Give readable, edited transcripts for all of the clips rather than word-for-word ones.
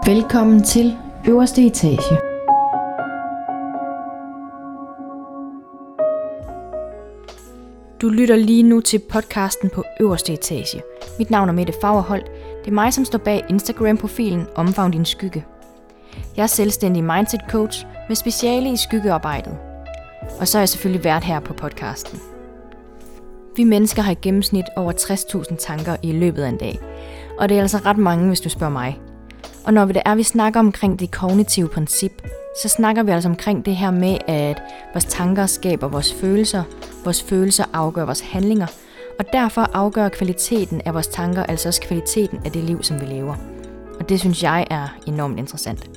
Velkommen til øverste etage. Du lytter lige nu til podcasten på øverste etage. Mit navn er Mette Fagerholt. Det er mig, som står bag Instagram-profilen Omfavn din skygge. Jeg er selvstændig mindset coach med speciale i skyggearbejdet. Og så er jeg selvfølgelig vært her på podcasten. Vi mennesker har i gennemsnit over 60.000 tanker i løbet af en dag. Og det er altså ret mange, hvis du spørger mig. Og når vi snakker omkring det kognitive princip, så snakker vi altså omkring det her med, at vores tanker skaber vores følelser afgør vores handlinger, og derfor afgør kvaliteten af vores tanker altså også kvaliteten af det liv, som vi lever. Og det synes jeg er enormt interessant.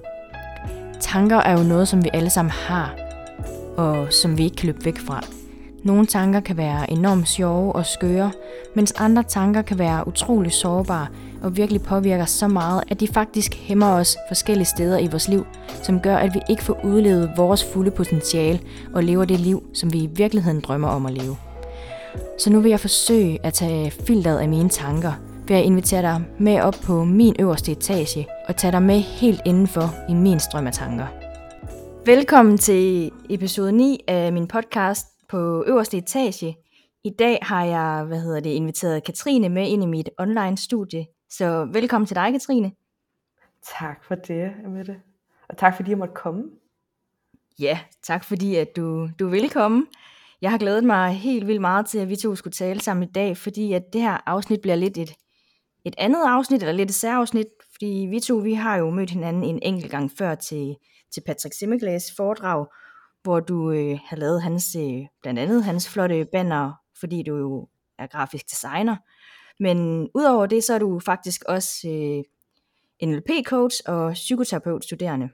Tanker er jo noget, som vi alle sammen har, og som vi ikke kan løbe væk fra. Nogle tanker kan være enormt sjove og skøre, mens andre tanker kan være utrolig sårbare og virkelig påvirker så meget, at de faktisk hæmmer os forskellige steder i vores liv, som gør, at vi ikke får udlevet vores fulde potentiale og lever det liv, som vi i virkeligheden drømmer om at leve. Så nu vil jeg forsøge at tage filteret af mine tanker, ved at invitere dig med op på min øverste etage og tage dig med helt indenfor i min strøm af tanker. Velkommen til episode 9 af min podcast på øverste etage. I dag har jeg inviteret Katrine med ind i mit online studie. Så velkommen til dig, Katrine. Tak for det, Mette. Og tak fordi jeg måtte komme. Ja, tak fordi at du vil komme. Jeg har glædet mig helt vildt meget til, at vi to skulle tale sammen i dag, fordi at det her afsnit bliver lidt et andet afsnit, eller lidt et særafsnit, fordi vi har jo mødt hinanden en enkelt gang før til Patrick Simmerglass foredrag, hvor du har lavet blandt andet hans flotte banner, fordi du jo er grafisk designer. Men udover det, så er du faktisk også NLP-coach og psykoterapeut-studerende.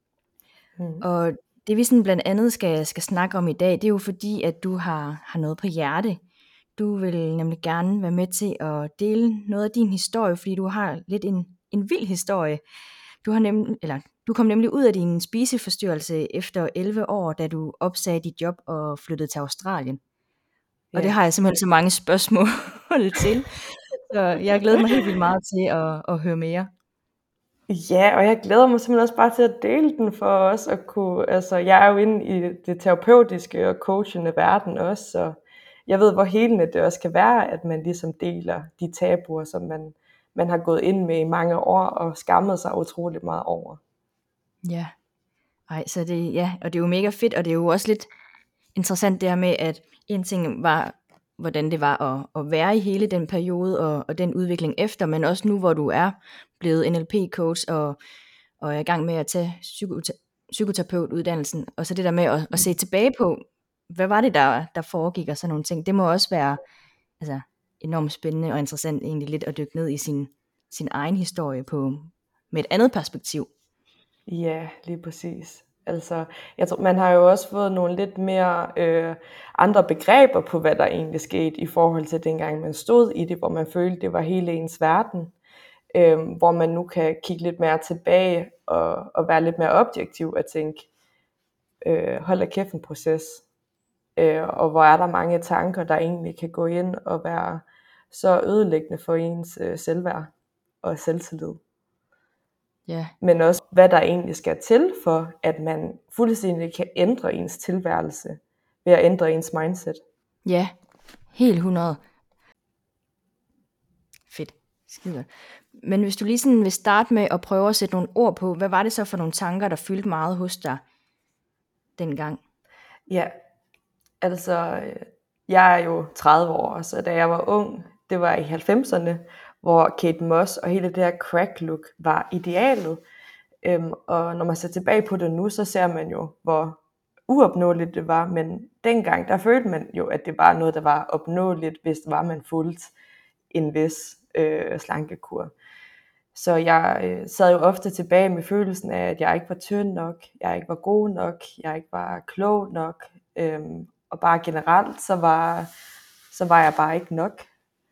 Og det vi sådan blandt andet skal snakke om i dag, det er jo fordi, at du har noget på hjerte. Du vil nemlig gerne være med til at dele noget af din historie, fordi du har lidt en vild historie. Du kom nemlig ud af din spiseforstyrrelse efter 11 år, da du opsagde dit job og flyttede til Australien. Ja. Og det har jeg simpelthen så mange spørgsmål til. Så jeg glæder mig helt vildt meget til at høre mere. Ja, og jeg glæder mig simpelthen også bare til at dele den for os at kunne, jeg er jo inde i det terapeutiske og coachende verden også, så jeg ved, hvor helende det også kan være, at man ligesom deler de tabuer, som man har gået ind med i mange år og skammet sig utroligt meget over. Ja, og det er jo mega fedt, og det er jo også lidt interessant det her med, at en ting var, hvordan det var at være i hele den periode og den udvikling efter, men også nu, hvor du er blevet NLP-coach og er i gang med at tage psykoterapeutuddannelsen, og så det der med at se tilbage på, hvad var det, der foregik og sådan nogle ting, det må også være enormt spændende og interessant egentlig lidt at dykke ned i sin egen historie med et andet perspektiv. Ja, lige præcis. Jeg tror, man har jo også fået nogle lidt mere andre begreber på, hvad der egentlig skete i forhold til dengang man stod i det, hvor man følte, det var hele ens verden. Hvor man nu kan kigge lidt mere tilbage og være lidt mere objektiv og tænke, hold da kæft en proces. Og hvor er der mange tanker, der egentlig kan gå ind og være så ødelæggende for ens selvværd og selvtillid. Yeah. Men også hvad der egentlig skal til for, at man fuldstændig kan ændre ens tilværelse ved at ændre ens mindset. Ja, helt 100. Fedt, skide. Men hvis du lige sådan vil starte med at prøve at sætte nogle ord på, hvad var det så for nogle tanker, der fyldte meget hos dig dengang? Ja, jeg er jo 30 år, så da jeg var ung, det var i 90'erne, hvor Kate Moss og hele det her crack look var idealet. Og når man ser tilbage på det nu, så ser man jo, hvor uopnåeligt det var. Men dengang, der følte man jo, at det var noget, der var opnåeligt, hvis det var, man fulgte en vis slankekur. Så jeg sad jo ofte tilbage med følelsen af, at jeg ikke var tynd nok, jeg ikke var god nok, jeg ikke var klog nok. Og bare generelt, så var jeg bare ikke nok.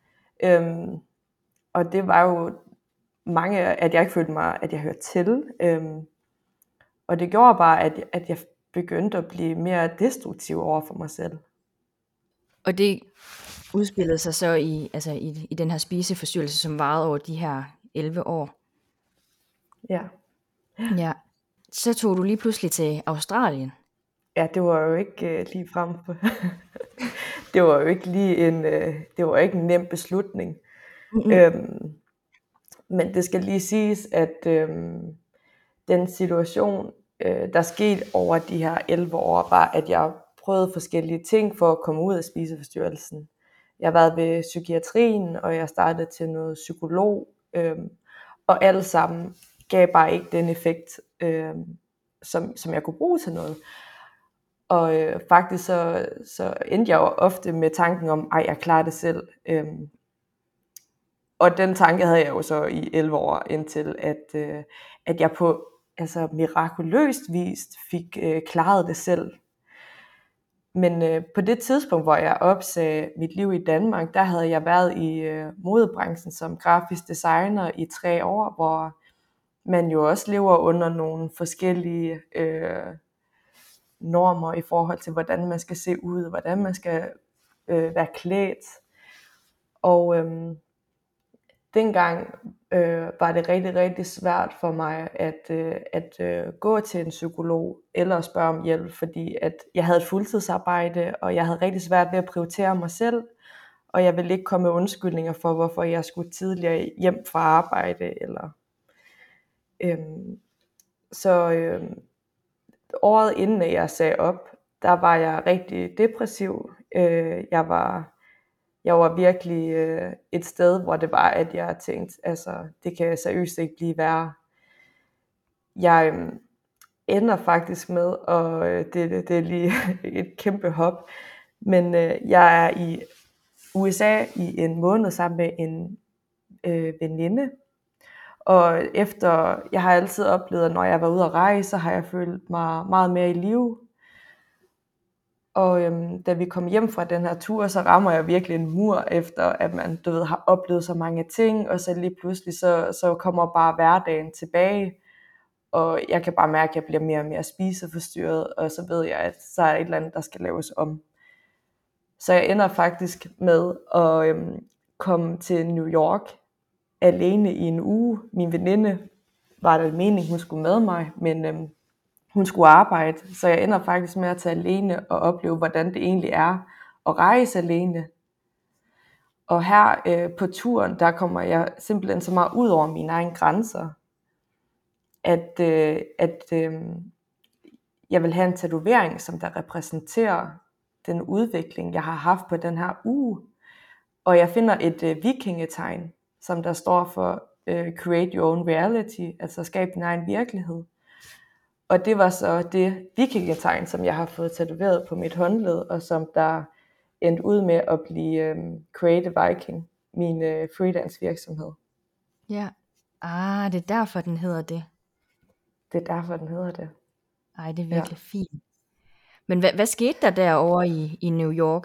Og det var jo mange, at jeg ikke følte mig, at jeg hørte til. Og det gjorde bare, at jeg begyndte at blive mere destruktiv over for mig selv. Og det udspillede sig så i den her spiseforstyrrelse, som varede over de her 11 år? Ja. Ja. Så tog du lige pludselig til Australien. Ja, det var jo ikke lige frem for. Det var jo ikke lige det var ikke en nem beslutning. Mm-mm. Øhm, men det skal lige siges, at den situation, der skete over de her 11 år, var, at jeg prøvede forskellige ting for at komme ud af spiseforstyrrelsen. Jeg har været ved psykiatrien, og jeg startede til noget psykolog, og alle sammen gav bare ikke den effekt, som jeg kunne bruge til noget. Og faktisk så endte jeg jo ofte med tanken om, ej, jeg klarer det selv. Og den tanke havde jeg jo så i 11 år, indtil at jeg på mirakuløst vis fik klaret det selv. Men på det tidspunkt, hvor jeg opsagde mit liv i Danmark, der havde jeg været i modebranchen som grafisk designer i 3 år, hvor man jo også lever under nogle forskellige normer i forhold til, hvordan man skal se ud, hvordan man skal være klædt. Og dengang var det rigtig, rigtig svært for mig at gå til en psykolog eller spørge om hjælp, fordi at jeg havde et fuldtidsarbejde, og jeg havde rigtig svært ved at prioritere mig selv, og jeg ville ikke komme med undskyldninger for, hvorfor jeg skulle tidligere hjem fra arbejde. Så året inden at jeg sagde op, der var jeg rigtig depressiv. Jeg var virkelig et sted, hvor det var, at jeg tænkte, altså, det kan seriøst ikke blive værre. Jeg ender faktisk med, og det er lige et kæmpe hop, men jeg er i USA i en måned sammen med en veninde. Og jeg har altid oplevet, at når jeg var ude at rejse, så har jeg følt mig meget mere i live. Og da vi kom hjem fra den her tur, så rammer jeg virkelig en mur, efter at man har oplevet så mange ting, og så lige pludselig så kommer bare hverdagen tilbage, og jeg kan bare mærke, at jeg bliver mere og mere spiseforstyrret, og så ved jeg, at så er et eller andet, der skal laves om. Så jeg ender faktisk med at komme til New York alene i en uge. Min veninde var der mening, hun skulle med mig, men hun skulle arbejde, så jeg ender faktisk med at tage alene og opleve, hvordan det egentlig er at rejse alene. Og her på turen, der kommer jeg simpelthen så meget ud over mine egne grænser, at jeg vil have en tatovering, som der repræsenterer den udvikling, jeg har haft på den her uge. Og jeg finder et vikingetegn, som der står for create your own reality, altså skab din egen virkelighed. Og det var så det vikingetegn, som jeg har fået tatoveret på mit håndled, og som der endte ud med at blive Creative Viking, min freelance virksomhed. Ja. Det er derfor, den hedder det. Det er derfor, den hedder det. Ej, det er virkelig fint. Men hvad skete der derovre i New York?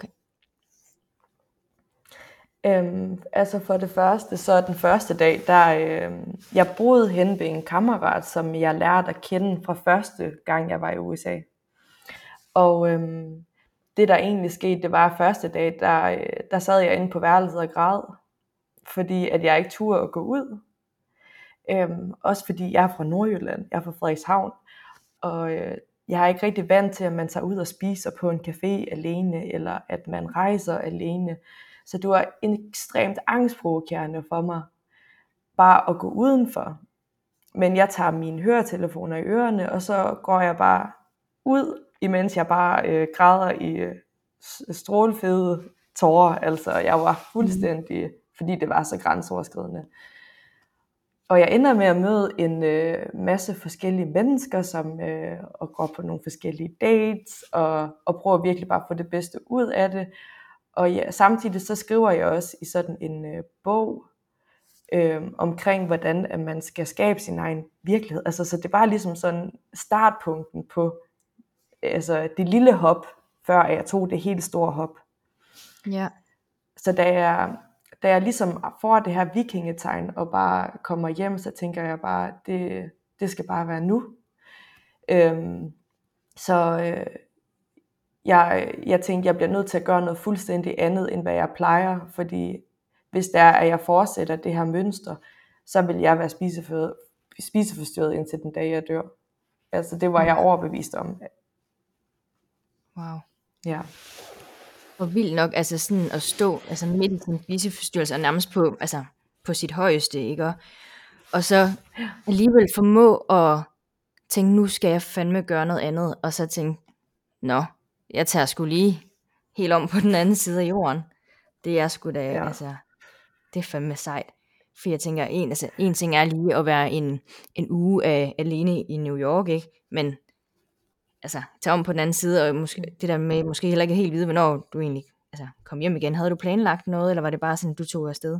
Altså for det første, så den første dag, der jeg boede hen ved en kammerat, som jeg lærte at kende fra første gang, jeg var i USA. Og det, der egentlig skete, det var første dag, der sad jeg inde på værelset og græd, fordi at jeg ikke turde at gå ud. Også fordi jeg er fra Nordjylland, jeg er fra Frederikshavn, og jeg er ikke rigtig vant til, at man tager ud og spiser på en café alene, eller at man rejser alene. Så det var ekstremt angstprovokerende for mig, bare at gå udenfor. Men jeg tager mine høretelefoner i ørerne, og så går jeg bare ud, imens jeg bare græder i strålefede tårer. Altså, jeg var fuldstændig, fordi det var så grænseoverskridende. Og jeg ender med at møde en masse forskellige mennesker, og går på nogle forskellige dates, og prøver virkelig bare at få det bedste ud af det. Og samtidig så skriver jeg også i sådan en bog omkring, hvordan at man skal skabe sin egen virkelighed. Altså, så det var ligesom sådan startpunkten på det lille hop, før jeg tog det helt store hop. Ja. Så da jeg ligesom får det her vikingetegn og bare kommer hjem, så tænker jeg bare, det skal bare være nu. Jeg tænkte, jeg bliver nødt til at gøre noget fuldstændig andet, end hvad jeg plejer, fordi hvis det er, at jeg fortsætter det her mønster, så vil jeg være spiseforstyrret indtil den dag, jeg dør. Altså, det var jeg overbevist om. Wow. Ja. Og vildt nok, altså sådan at stå altså midt i sin spiseforstyrrelse og nærmest på sit højeste, ikke? Og så alligevel formå at tænke, nu skal jeg fandme gøre noget andet, og så tænke, nå, jeg tager sgu lige helt om på den anden side af jorden. Det er sgu da, altså, det er fandme sejt. For jeg tænker, en ting er lige at være en uge alene i New York, ikke? Men altså, tage om på den anden side, og måske, det der med måske heller ikke helt vide, hvornår du egentlig kom hjem igen. Havde du planlagt noget, eller var det bare sådan, du tog afsted?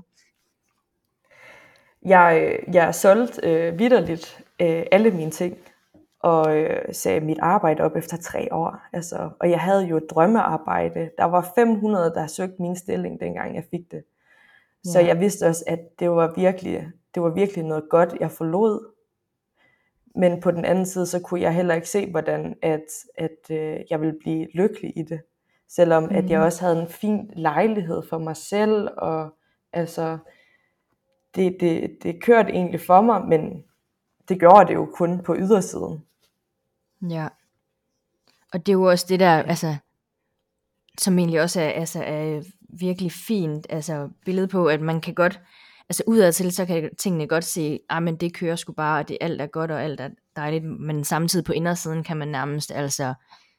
Jeg solgte vitterligt alle mine ting, og sagde mit arbejde op efter 3 år. Altså, og jeg havde jo et drømmearbejde. Der var 500, der søgte min stilling, dengang jeg fik det. Så jeg vidste også, at det var virkelig noget godt, jeg forlod. Men på den anden side, så kunne jeg heller ikke se, hvordan at jeg ville blive lykkelig i det. Selvom at jeg også havde en fin lejlighed for mig selv, og altså, det kørte egentlig for mig, men det gjorde det jo kun på ydersiden. Ja. Og det er jo også det der, altså, som egentlig også er virkelig fint, altså billede på, at man kan godt, altså udadtil, så kan tingene godt se, men det kører sgu bare, og det alt er godt, og alt er dejligt, men samtidig på indersiden kan man nærmest altså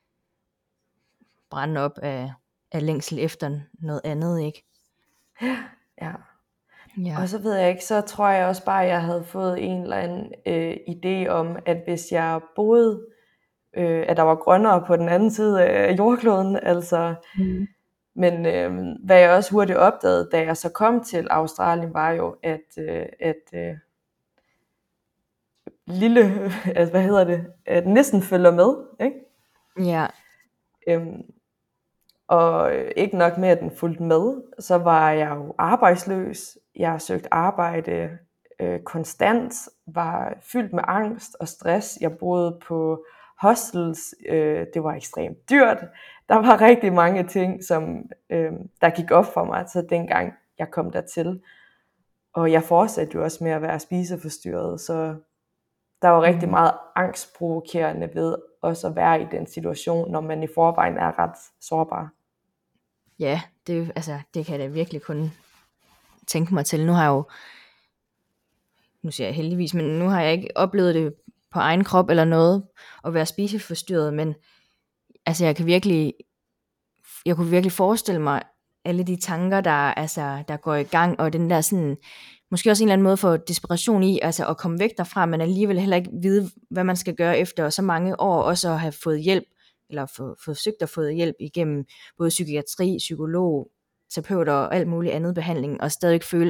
brænde op af længsel efter noget andet, ikke? Ja. Og så ved jeg ikke, så tror jeg også bare, at jeg havde fået en eller anden idé om, at hvis jeg boede, at der var grønnere på den anden side af jordkloden, altså. Men hvad jeg også hurtigt opdagede, da jeg så kom til Australien, var jo, at lille, altså, at næsten følger med, ikke? Ja. Og ikke nok med, at den fulgte med, så var jeg jo arbejdsløs. Jeg søgte arbejde konstant, var fyldt med angst og stress. Jeg boede på hostels, det var ekstremt dyrt. Der var rigtig mange ting, som der gik op for mig, så dengang jeg kom dertil. Og jeg fortsatte jo også med at være spiseforstyrret, så der var rigtig meget angstprovokerende ved også at være i den situation, når man i forvejen er ret sårbar. Ja, det kan jeg da virkelig kun tænke mig til. Nu har jeg jo, nu siger jeg heldigvis, men nu har jeg ikke oplevet det på egen krop eller noget, at være spiseforstyrret, men altså jeg kunne virkelig forestille mig alle de tanker, der går i gang, og den der sådan, måske også en eller anden måde for desperation i, altså at komme væk derfra, men alligevel heller ikke vide, hvad man skal gøre efter så mange år, også at have fået hjælp, eller forsøgt at få hjælp igennem både psykiatri, psykolog, terapeuter og alt muligt andet behandling, og stadig føle,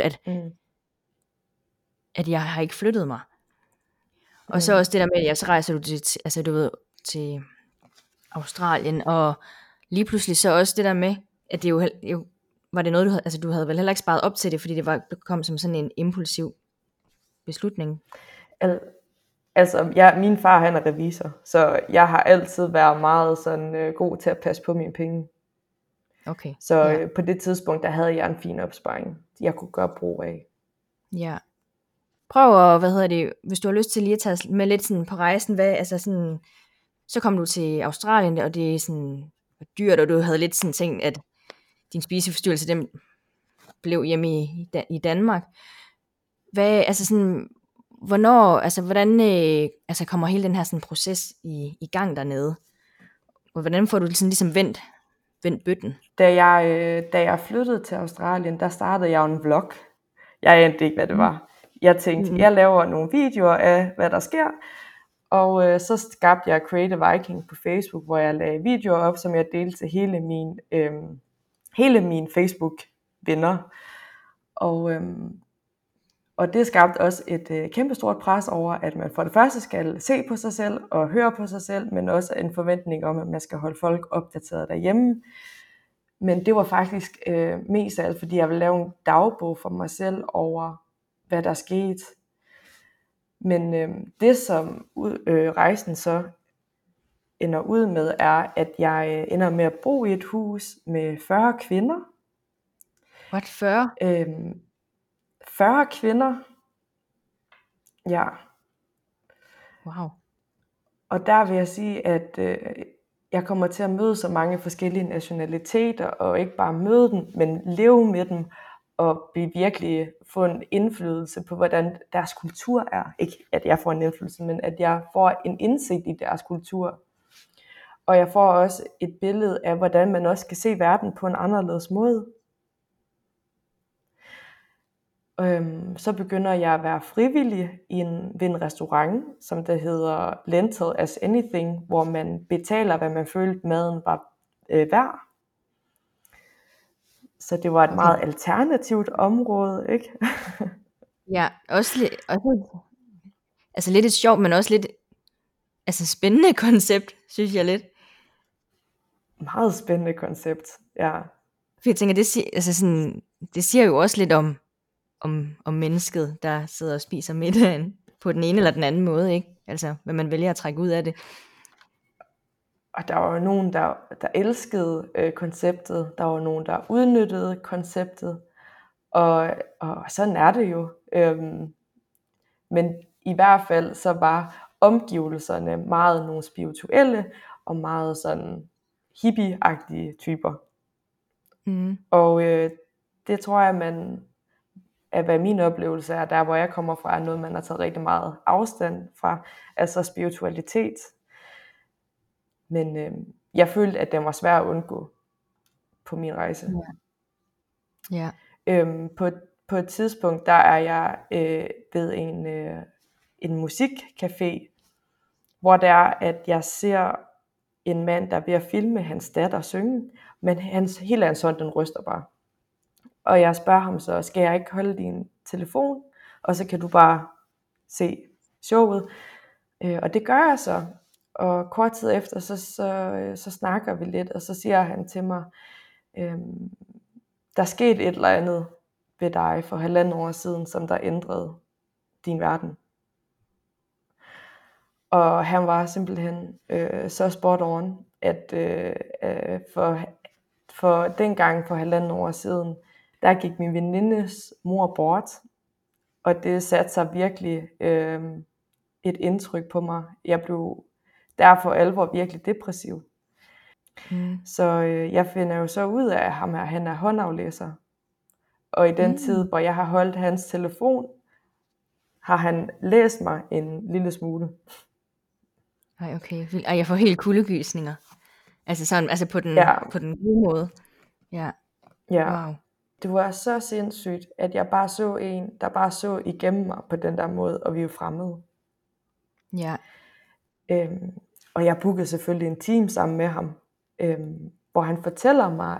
at jeg har ikke flyttet mig. Og så også det der med, at så rejser du til Australien, og lige pludselig så også det der med, at det jo var det noget, du havde vel heller ikke sparet op til det, fordi det kom som sådan en impulsiv beslutning. Altså, min far han er revisor, så jeg har altid været meget sådan god til at passe på mine penge. Okay. Så på det tidspunkt, der havde jeg en fin opsparing, jeg kunne gøre brug af. Ja. Prøv at, hvis du har lyst til lige at tage med lidt sådan på rejsen, så kom du til Australien, og det er sådan dyrt, og du havde lidt sådan tænkt, at din spiseforstyrrelse, den blev hjemme i Danmark. Hvordan kommer hele den her sådan proces i gang dernede? Og hvordan får du sådan ligesom vendt bøtten? Da jeg flyttede til Australien, der startede jeg en vlog. Jeg anede ikke, hvad det var. Jeg tænkte, jeg laver nogle videoer af, hvad der sker. Og så skabte jeg Creative Viking på Facebook, hvor jeg lagde videoer op, som jeg delte til hele min Facebook-venner. Og det skabte også et kæmpestort pres over, at man for det første skal se på sig selv og høre på sig selv, men også en forventning om, at man skal holde folk opdateret derhjemme. Men det var faktisk mest af alt, fordi jeg ville lave en dagbog for mig selv over, hvad der skete. Men det, som rejsen så ender ud med, er, at jeg ender med at bo i et hus med 40 kvinder. What, 40? 40 kvinder, ja. Wow. Og der vil jeg sige, at jeg kommer til at møde så mange forskellige nationaliteter, og ikke bare møde dem, men leve med dem, og virkelig få en indflydelse på, hvordan deres kultur er. Ikke at jeg får en indflydelse, men at jeg får en indsigt i deres kultur. Og jeg får også et billede af, hvordan man også kan se verden på en anderledes måde. Så begynder jeg at være frivillig ved en restaurant, som det hedder Lentil as Anything, hvor man betaler, hvad man følte maden var værd. Så det var et meget alternativt område, ikke? Ja, også altså lidt et sjovt, men også lidt spændende koncept, synes jeg lidt. Meget spændende koncept, ja. For jeg tænker, det siger jo også lidt om mennesket, der sidder og spiser middagen på den ene eller den anden måde, ikke? Altså, hvad man vælger at trække ud af det. Og der var jo nogen, der elskede konceptet. Der var nogen, der udnyttede konceptet. Og sådan er det jo. Men i hvert fald så var omgivelserne meget nogle spirituelle og meget sådan hippie-agtige typer. Og det tror jeg, hvad min oplevelse er, der hvor jeg kommer fra, er noget, man har taget rigtig meget afstand fra, altså spiritualitet. Men jeg følte, at den var svær at undgå på min rejse. Ja. På et tidspunkt, der er jeg ved en musikcafé, hvor det er, at jeg ser en mand, der er ved at filme hans datter synge, men hele hans hånd, den ryster bare. Og jeg spørger ham så, skal jeg ikke holde din telefon, og så kan du bare se showet. Og det gør jeg så. Og kort tid efter, så snakker vi lidt, og så siger han til mig, der skete et eller andet ved dig for 1,5 år siden, som der ændrede din verden. Og han var simpelthen så spot on, at for dengang for 1,5 år siden, der gik min venindes mor bort, og det satte sig virkelig et indtryk på mig. Jeg blev derfor alvor virkelig depressiv. Så jeg finder jo så ud af, at han er håndaflæser. Og i den tid, hvor jeg har holdt hans telefon, har han læst mig en lille smule. Ej, okay. Ej, jeg får helt kuldegysninger. Altså på den gode måde. Ja. Wow. Det var så sindssygt, at jeg bare så en, der bare så igennem mig på den der måde, og vi er fremmede. Ja. Og jeg bookede selvfølgelig en time sammen med ham, hvor han fortæller mig,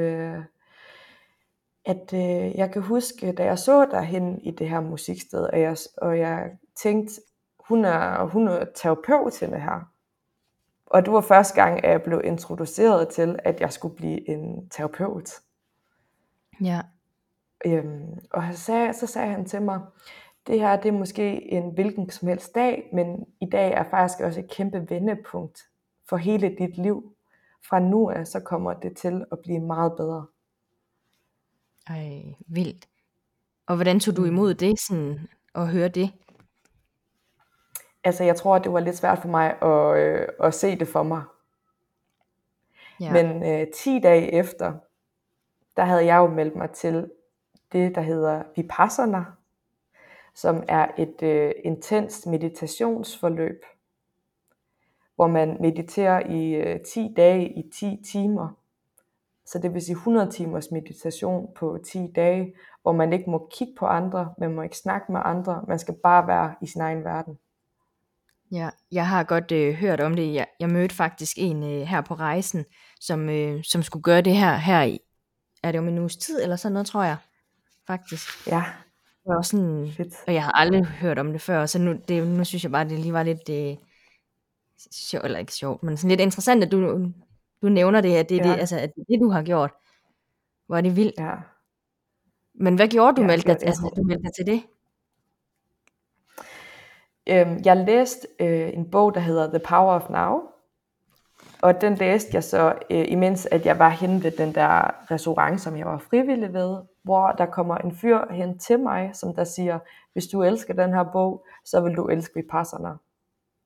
at jeg kan huske, da jeg så derhen i det her musiksted, og jeg tænkte, hun er terapeut til det her. Og det var første gang, at jeg blev introduceret til, at jeg skulle blive en terapeut. Ja. Og så sagde han til mig, det her det er måske en hvilken som helst dag, men i dag er faktisk også et kæmpe vendepunkt for hele dit liv. Fra nu af, så kommer det til at blive meget bedre. Ej, vildt. Og hvordan tog du imod det, sådan at høre det? Altså, jeg tror, at det var lidt svært for mig at se det for mig. Ja. Men 10 dage efter, der havde jeg jo meldt mig til det, der hedder Vipassana, som er et intenst meditationsforløb, hvor man mediterer i 10 dage i 10 timer. Så det vil sige 100 timers meditation på 10 dage, hvor man ikke må kigge på andre, man må ikke snakke med andre, man skal bare være i sin egen verden. Ja, jeg har godt hørt om det. Jeg mødte faktisk en her på rejsen, som skulle gøre det her i, er det om en uges tid eller sådan noget, tror jeg, faktisk. Ja. Det var sådan, fedt. Og jeg har aldrig hørt om det før, så nu synes jeg bare, det lige var lidt sjovt, eller ikke sjovt, men sådan lidt interessant, at du nævner det, at det er det, altså, at det du har gjort. Hvor er det vildt. Ja. Men hvad gjorde du? Meldte dig til det? Jeg læste en bog, der hedder The Power of Now, og den læste jeg så, imens at jeg var henne ved den der restaurant, som jeg var frivillig ved, hvor der kommer en fyr hen til mig, som der siger, hvis du elsker den her bog, så vil du elske Vipassana.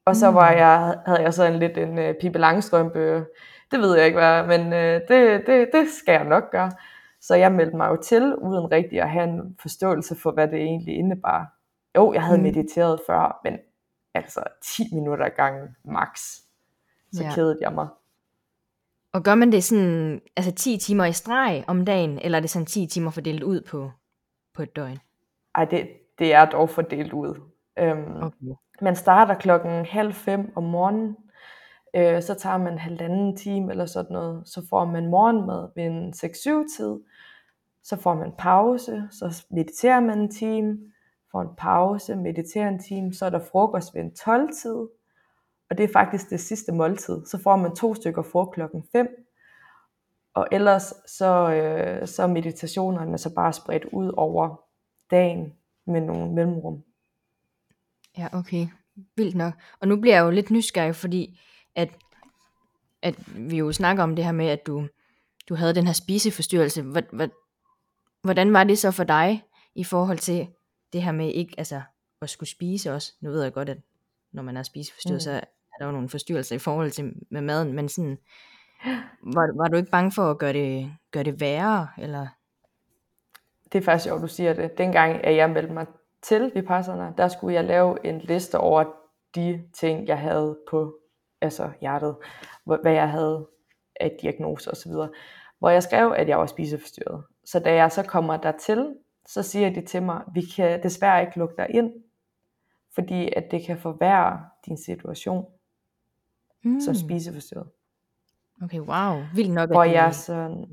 Og så havde jeg sådan lidt en Pippi Langstrømpe, det ved jeg ikke hvad, men det skal jeg nok gøre. Så jeg meldte mig jo til, uden rigtig at have en forståelse for, hvad det egentlig indebar. Jo, jeg havde mediteret før, men altså 10 minutter ad gangen max. Så kedede jeg mig. Og gør man det sådan, altså 10 timer i streg om dagen, eller er det sådan 10 timer fordelt ud på et døgn? Ej, det er dog fordelt ud. Okay. Man starter 4:30 om morgenen, så tager man 1,5 time eller sådan noget, så får man morgenmad ved en 6-7 tid, så får man pause, så mediterer man en time, får en pause, mediterer en time, så er der frokost ved en 12-tid, og det er faktisk det sidste måltid, så får man 2 stykker frugt 5, og ellers så meditationerne så bare spredt ud over dagen med nogle mellemrum. Ja, okay. Vildt nok. Og nu bliver jeg jo lidt nysgerrig, fordi at vi jo snakker om det her med, at du havde den her spiseforstyrrelse. Hvordan var det så for dig i forhold til det her med ikke altså at skulle spise også? Nu ved jeg godt, at når man er spiseforstyrret, så er der jo nogle forstyrrelser i forhold til med maden, men sådan, var du ikke bange for at gøre det værre? Eller? Det er faktisk sjovt, du siger det. Dengang, at jeg meldte mig til Vipassana, der skulle jeg lave en liste over de ting, jeg havde på hjertet, hvad jeg havde af diagnoser osv., hvor jeg skrev, at jeg var spiseforstyrret. Så da jeg så kommer dertil, så siger de til mig, vi kan desværre ikke lukke dig ind, fordi at det kan forværre din situation som spiseforstyrret. Okay, wow. Vildt nok. Hvor jeg sådan,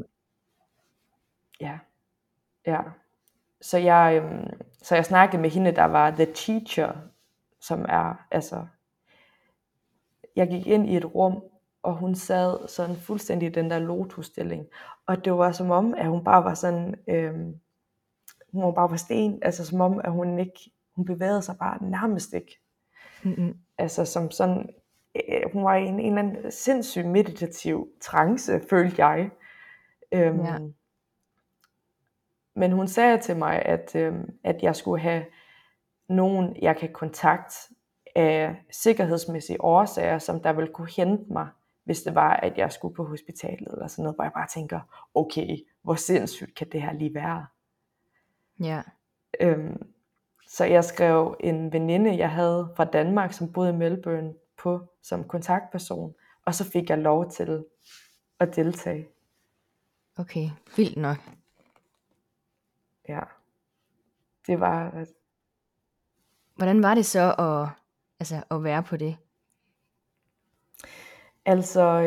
ja. Så jeg snakkede med hende, der var the teacher, som er, jeg gik ind i et rum, og hun sad sådan fuldstændig i den der lotusstilling, og det var som om, at hun bare var sådan, hun var bare sten, altså som om, at hun bevægede sig bare nærmest ikke. Altså som sådan, hun var i en eller anden sindssyg meditativ trance, følte jeg. Men hun sagde til mig, at jeg skulle have nogen, jeg kan kontakte af sikkerhedsmæssige årsager, som der ville kunne hente mig, hvis det var, at jeg skulle på hospitalet eller sådan noget, hvor jeg bare tænker, okay, hvor sindssygt kan det her lige være? Ja. Så jeg skrev en veninde, jeg havde fra Danmark, som boede i Melbourne, på som kontaktperson, og så fik jeg lov til at deltage. Okay, vildt nok. Ja, det var... Hvordan var det så at være på det? Altså,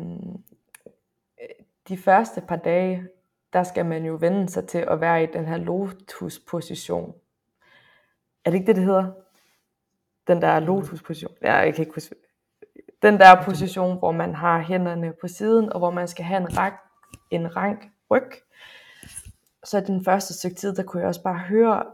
de første par dage, der skal man jo vende sig til at være i den her lotus-position. Er det ikke det, det hedder? Den der lotus-position. Ja, jeg kan ikke huske. Den der position, hvor man har hænderne på siden, og hvor man skal have en rank ryg. Så den første stykke tid, der kunne jeg også bare høre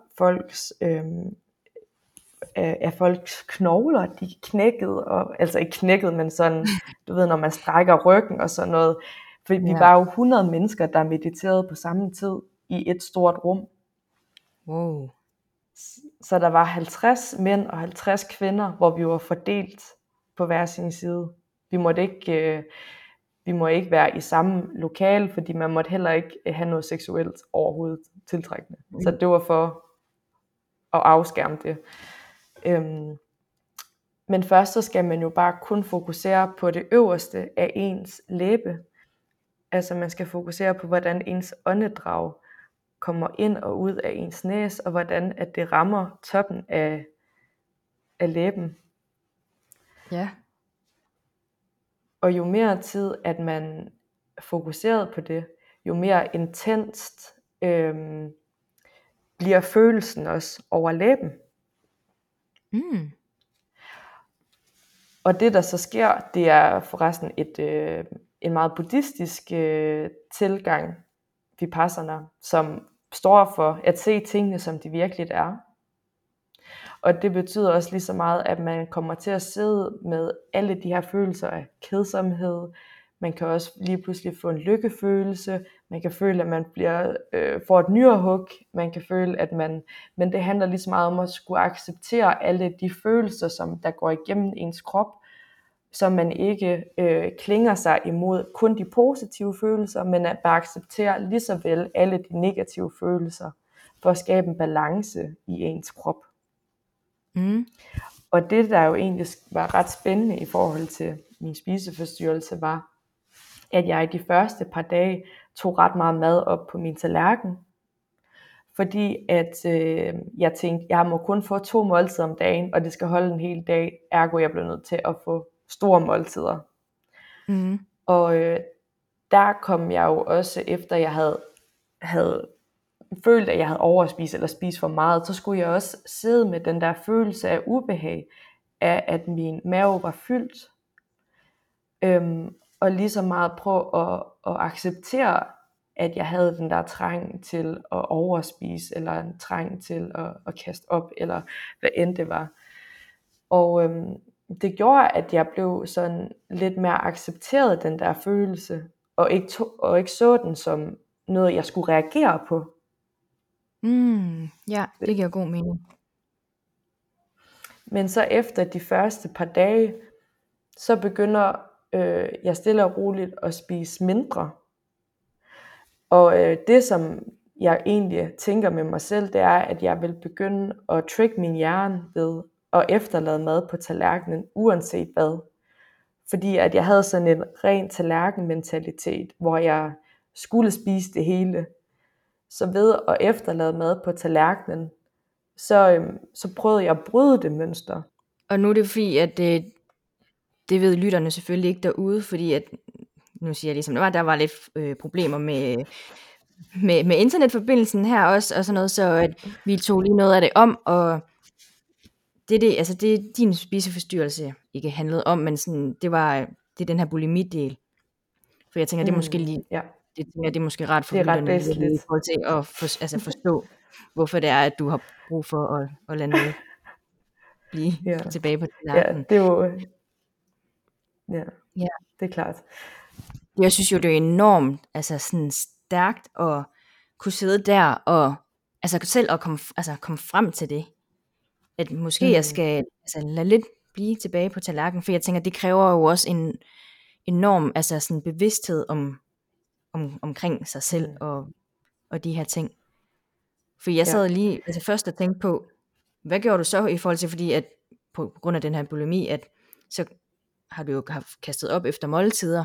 folks knogler, de knækkede, og, altså ikke knækkede, men sådan, du ved, når man strækker ryggen og sådan noget. For vi var jo 100 mennesker, der mediterede på samme tid i et stort rum. Wow. Så der var 50 mænd og 50 kvinder, hvor vi var fordelt på hver sin side. Vi måtte ikke være i samme lokale, fordi man måtte heller ikke have noget seksuelt overhovedet tiltrækkende. Så det var for at afskærme det. Men først så skal man jo bare kun fokusere på det øverste af ens læbe. Altså man skal fokusere på, hvordan ens åndedrag kommer ind og ud af ens næse, og hvordan at det rammer toppen af læben. Ja. Og jo mere tid, at man fokuserede på det, jo mere intenst bliver følelsen også over læben. Og det der så sker, det er forresten en meget buddhistisk tilgang, Vipassana, som står for at se tingene, som de virkelig er. Og det betyder også lige så meget, at man kommer til at sidde med alle de her følelser af kedsomhed, Man kan også lige pludselig få en lykkefølelse. Man kan føle, at man får et nyrehug. Man kan føle, at men det handler lige så meget om at skulle acceptere alle de følelser, som der går igennem ens krop, så man ikke klinger sig imod kun de positive følelser, men at bare acceptere lige så vel alle de negative følelser, for at skabe en balance i ens krop. Og det, der jo egentlig var ret spændende i forhold til min spiseforstyrrelse, var, at jeg i de første par dage tog ret meget mad op på min tallerken. Fordi at jeg tænkte, jeg må kun få 2 måltider om dagen, og det skal holde en hel dag, ergo jeg blev nødt til at få store måltider. Og der kom jeg jo også, efter jeg havde følt, at jeg havde overspist eller spist for meget, så skulle jeg også sidde med den der følelse af ubehag, af at min mave var fyldt, og lige så meget prøve at acceptere, at jeg havde den der trang til at overspise, eller en trang til at kaste op, eller hvad end det var. Og det gjorde, at jeg blev sådan lidt mere accepteret, den der følelse, og ikke så den som noget, jeg skulle reagere på. Ja, det giver god mening. Men så efter de første par dage, så begynder jeg stille og roligt at spise mindre. Og det, som jeg egentlig tænker med mig selv, det er, at jeg vil begynde at tricke min hjerne ved at efterlade mad på tallerkenen, uanset hvad. Fordi at jeg havde sådan en ren tallerkenmentalitet, hvor jeg skulle spise det hele. Så ved at efterlade mad på tallerkenen, så prøvede jeg at bryde det mønster. Og nu er det fordi, at det ved lytterne selvfølgelig ikke derude, fordi at, nu siger jeg ligesom, der var lidt problemer med internetforbindelsen her også, og sådan noget, så at vi tog lige noget af det om, og det din spiseforstyrrelse ikke handlede om, men sådan, det er den her bulimidel. For jeg tænker, det er måske lige, det er måske rart for lytterne i forhold til at forstå, hvorfor det er, at du har brug for at lade noget blive tilbage på tallerkenen. Ja, det er jo... Ja, det er klart. Jeg synes jo, det er enormt sådan stærkt at kunne sidde der og selv at komme frem til det. At måske jeg skal lade lidt blive tilbage på tallerkenen, for jeg tænker, det kræver jo også en enorm sådan bevidsthed omkring sig selv og de her ting. For jeg sad lige først og tænkte på, hvad gjorde du så i forhold til, fordi at på grund af den her bulimi, at så har du jo kastet op efter måltider.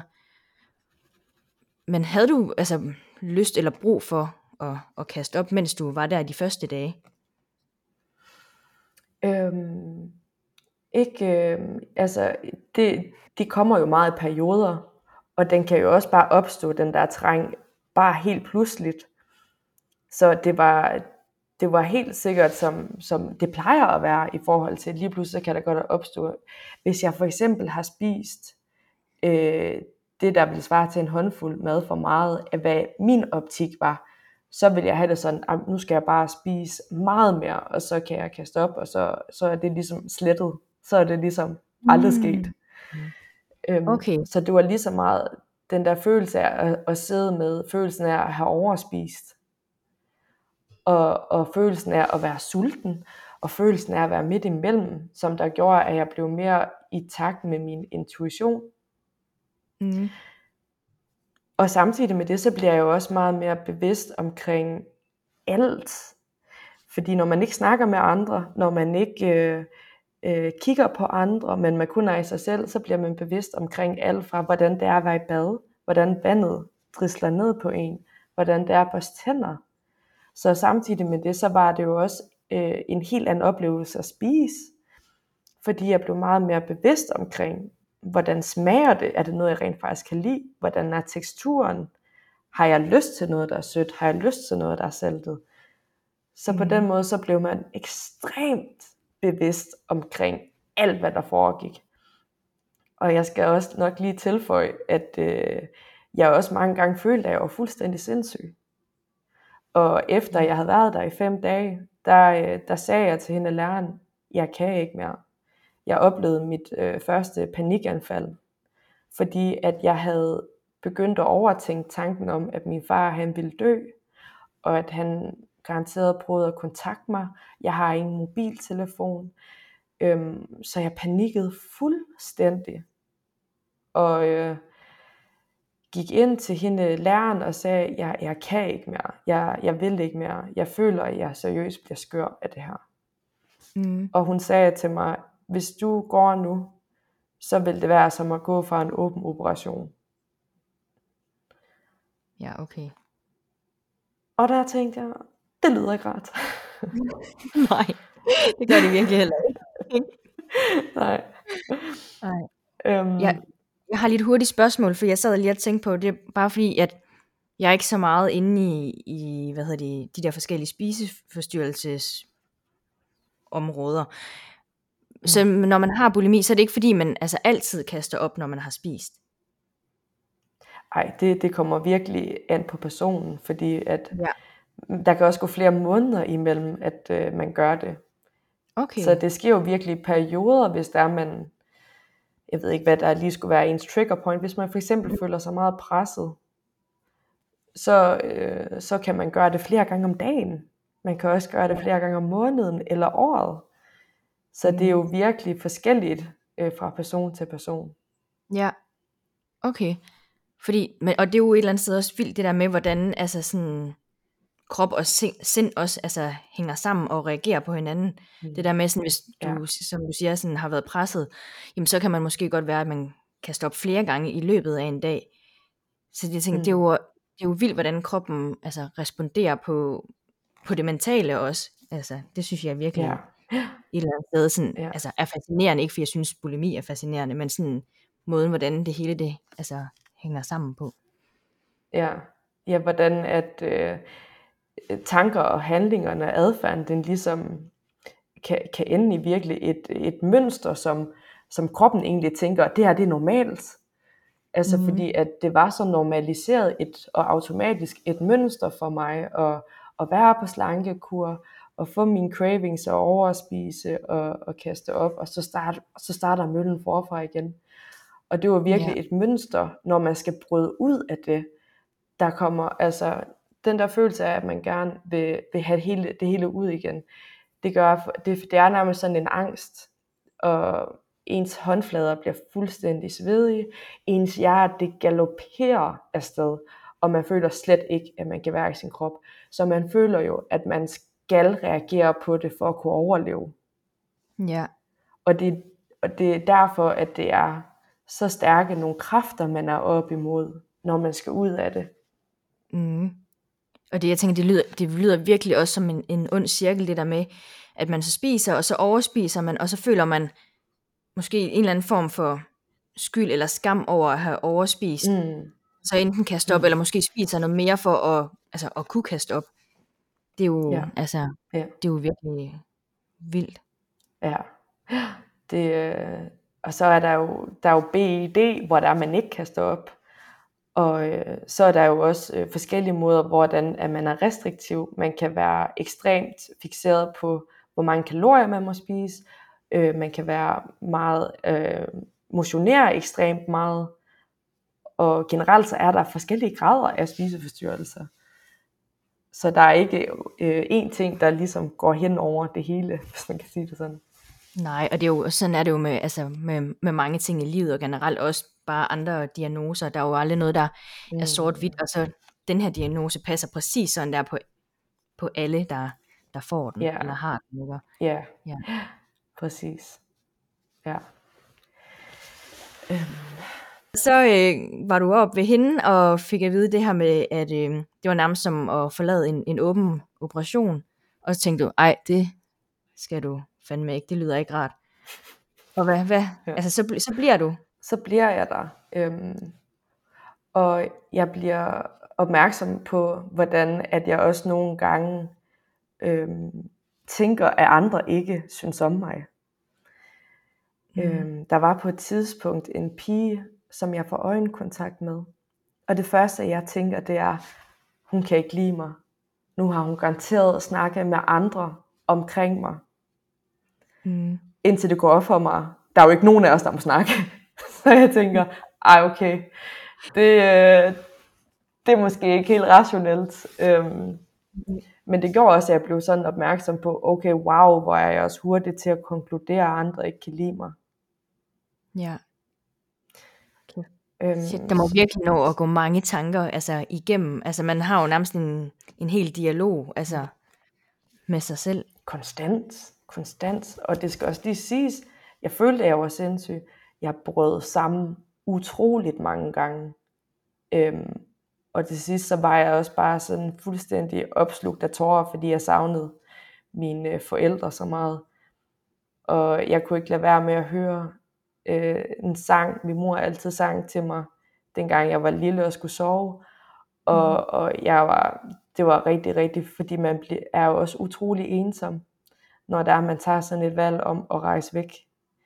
Men havde du lyst eller brug for at kaste op, mens du var der de første dage? Det kommer jo meget i perioder, og den kan jo også bare opstå, den der trang, bare helt pludseligt. Så det var helt sikkert, som det plejer at være i forhold til, lige pludselig kan der godt opstå. Hvis jeg for eksempel har spist det, der vil svare til en håndfuld mad for meget, af hvad min optik var, så vil jeg have det sådan, at nu skal jeg bare spise meget mere, og så kan jeg kaste op, og så er det ligesom slettet. Så er det ligesom aldrig sket. Okay. Så det var lige så meget den der følelse af at sidde med, følelsen af at have overspist, og følelsen af at være sulten, og følelsen af at være midt imellem, som der gjorde, at jeg blev mere i takt med min intuition. Og samtidig med det, så bliver jeg jo også meget mere bevidst omkring alt. Fordi når man ikke snakker med andre, når man ikke kigger på andre, men man kun er i sig selv, så bliver man bevidst omkring alt fra, hvordan det er at være i bad, hvordan vandet drisler ned på en, hvordan det er at børste tænder. Så samtidig med det, så var det jo også en helt anden oplevelse at spise, fordi jeg blev meget mere bevidst omkring, hvordan smager det, er det noget, jeg rent faktisk kan lide, hvordan er teksturen, har jeg lyst til noget, der er sødt, har jeg lyst til noget, der er saltet. Så på den måde, så blev man ekstremt bevidst omkring alt, hvad der foregik. Og jeg skal også nok lige tilføje, at jeg også mange gange følte, at jeg var fuldstændig sindssyg. Og efter jeg havde været der i 5 dage, der sagde jeg til hende læreren, jeg kan ikke mere. Jeg oplevede mit første panikanfald, fordi at jeg havde begyndt at overtænke tanken om, at min far han ville dø, og at han garanteret prøvede at kontakte mig. Jeg har ingen mobiltelefon, så jeg panikkede fuldstændig. Og gik ind til hende læreren og sagde, jeg kan ikke mere, jeg vil ikke mere, jeg føler, at jeg seriøst bliver skør af det her. Og hun sagde til mig, hvis du går nu, så vil det være som at gå fra en åben operation. Ja, okay. Og der tænkte jeg, det lyder ikke rart. Nej, det gør det virkelig heller ikke. Nej. Jeg har lige et hurtigt spørgsmål, for jeg sad lige og tænkte på det, bare fordi, at jeg er ikke så meget inde i de der forskellige spiseforstyrrelsesområder. Så når man har bulimi, så er det ikke fordi, man altså altid kaster op, når man har spist. Ej, det kommer virkelig an på personen, fordi at der kan også gå flere måneder imellem, at man gør det. Okay. Så det sker jo virkelig i perioder, hvis der er man, jeg ved ikke hvad der lige skulle være ens trigger point, hvis man for eksempel føler sig meget presset, så kan man gøre det flere gange om dagen. Man kan også gøre det flere gange om måneden eller året. Så det er jo virkelig forskelligt fra person til person. Ja, okay. Fordi, og det er jo et eller andet sted også vildt, det der med, hvordan altså sådan, krop og sind også altså, hænger sammen og reagerer på hinanden. Det der med, sådan, hvis du, som du siger, sådan, har været presset, jamen, så kan man måske godt være, at man kan stoppe flere gange i løbet af en dag. Så jeg tænker, det er jo vildt, hvordan kroppen altså, responderer på det mentale også. Altså, det synes jeg virkelig et eller andet sted sådan, altså, er fascinerende. Ikke fordi jeg synes, bulimi er fascinerende, men sådan måden, hvordan det hele det altså, hænger sammen på. Ja, hvordan at tanker og handlingerne og adfærden, den ligesom kan ende i virkelig et mønster, som kroppen egentlig tænker, det her det er normalt. Altså fordi at det var så normaliseret og automatisk et mønster for mig at være på slankekur og få mine cravings og overspise og kaste op, og så starter møllen forfra igen. Og det var virkelig et mønster, når man skal bryde ud af det. Der kommer altså den der følelse af, at man gerne vil have det hele ud igen. Det er nærmest sådan en angst, og ens håndflader bliver fuldstændig svedige, ens hjerte det galopperer afsted, og man føler slet ikke, at man kan være i sin krop. Så man føler jo, at man skal reagere på det for at kunne overleve. Ja. Og det er derfor, at det er så stærke nogle kræfter, man er op imod, når man skal ud af det. Og det, jeg tænker, det lyder virkelig også som en ond cirkel, det der med, at man så spiser, og så overspiser man, og så føler man måske en eller anden form for skyld eller skam over at have overspist. Så enten kaste op, eller måske spiser noget mere for at kunne kaste op. Det er jo, det er jo virkelig vildt. Ja, og så er der jo BED, hvor der er, man ikke kaster op. Og så er der jo også forskellige måder, hvordan at man er restriktiv. Man kan være ekstremt fikseret på, hvor mange kalorier man må spise. Man kan være meget motionere ekstremt meget. Og generelt så er der forskellige grader af spiseforstyrrelser. Så der er ikke én ting, der ligesom går hen over det hele, hvis man kan sige det sådan. Nej, og det er jo, sådan er det jo med mange ting i livet, og generelt også bare andre diagnoser. Der er jo aldrig noget, der er sort-hvidt, og så den her diagnose passer præcis sådan der på alle, der får den, eller har den. Ikke? Ja, præcis. Ja. Så var du oppe ved hende, og fik at vide det her med, at det var nærmest som at forlade en åben operation, og så tænkte du, ej, det skal du fandme ikke, det lyder ikke rart. Og hvad? Ja. Altså, så bliver du? Så bliver jeg der. Og jeg bliver opmærksom på, hvordan at jeg også nogle gange tænker, at andre ikke synes om mig. Der var på et tidspunkt en pige, som jeg får øjenkontakt med. Og det første, jeg tænker, det er, hun kan ikke lide mig. Nu har hun garanteret snakket med andre omkring mig. Indtil det går op for mig. Der er jo ikke nogen af os, der må snakke. Så jeg tænker, Okay. Det, det er måske ikke helt rationelt. Men det gjorde også, at jeg blev sådan opmærksom på, okay, wow, hvor er jeg også hurtig til at konkludere, at andre ikke kan lide mig. Ja. Shit, der må virkelig nå at gå mange tanker altså igennem. Altså man har jo nærmest en hel dialog altså med sig selv. Konstant. Og det skal også lige siges, jeg følte, at jeg var sindssyg. Jeg brød sammen utroligt mange gange. Og til sidst, så var jeg også bare sådan fuldstændig opslugt af tårer, fordi jeg savnede mine forældre så meget. Og jeg kunne ikke lade være med at høre en sang. Min mor altid sang til mig, dengang jeg var lille og skulle sove. Og det var rigtig, rigtig, fordi man er jo også utrolig ensom, når man tager sådan et valg om at rejse væk.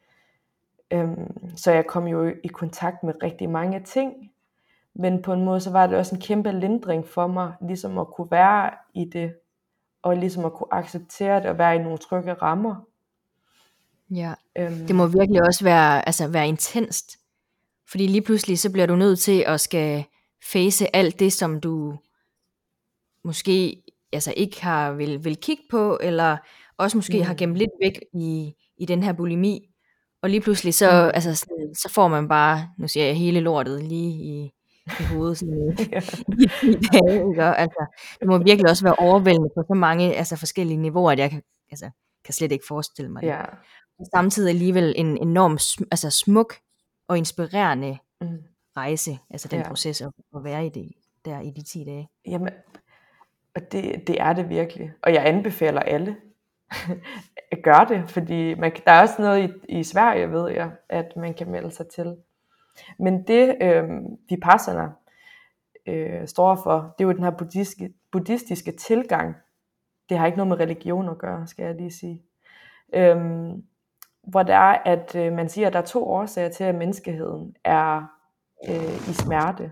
Så jeg kom jo i kontakt med rigtig mange ting, men på en måde så var det også en kæmpe lindring for mig, ligesom at kunne være i det, og ligesom at kunne acceptere det og være i nogle trygge rammer. Ja, det må virkelig også være intenst, fordi lige pludselig så bliver du nødt til at skal face alt det, som du måske altså ikke har vil kigge på, eller også måske har gemt lidt væk i den her bulimi, og lige pludselig så får man bare, nu siger jeg hele lortet lige i hovedet sådan, i dag, ikke? Altså, det må virkelig også være overvældende på så mange forskellige niveauer, at jeg kan slet ikke forestille mig det. Ja. Samtidig alligevel en enorm smuk og inspirerende rejse, altså den proces at være i det der i de 10 dage. Jamen, og det er det virkelig. Og jeg anbefaler alle at gøre det, fordi der er også noget i Sverige, ved jeg, at man kan melde sig til. Men det Vipassana står for, det er jo den her buddhistiske tilgang. Det har ikke noget med religion at gøre, skal jeg lige sige. Hvor det er, at man siger, at der er 2 årsager til, at menneskeheden er i smerte.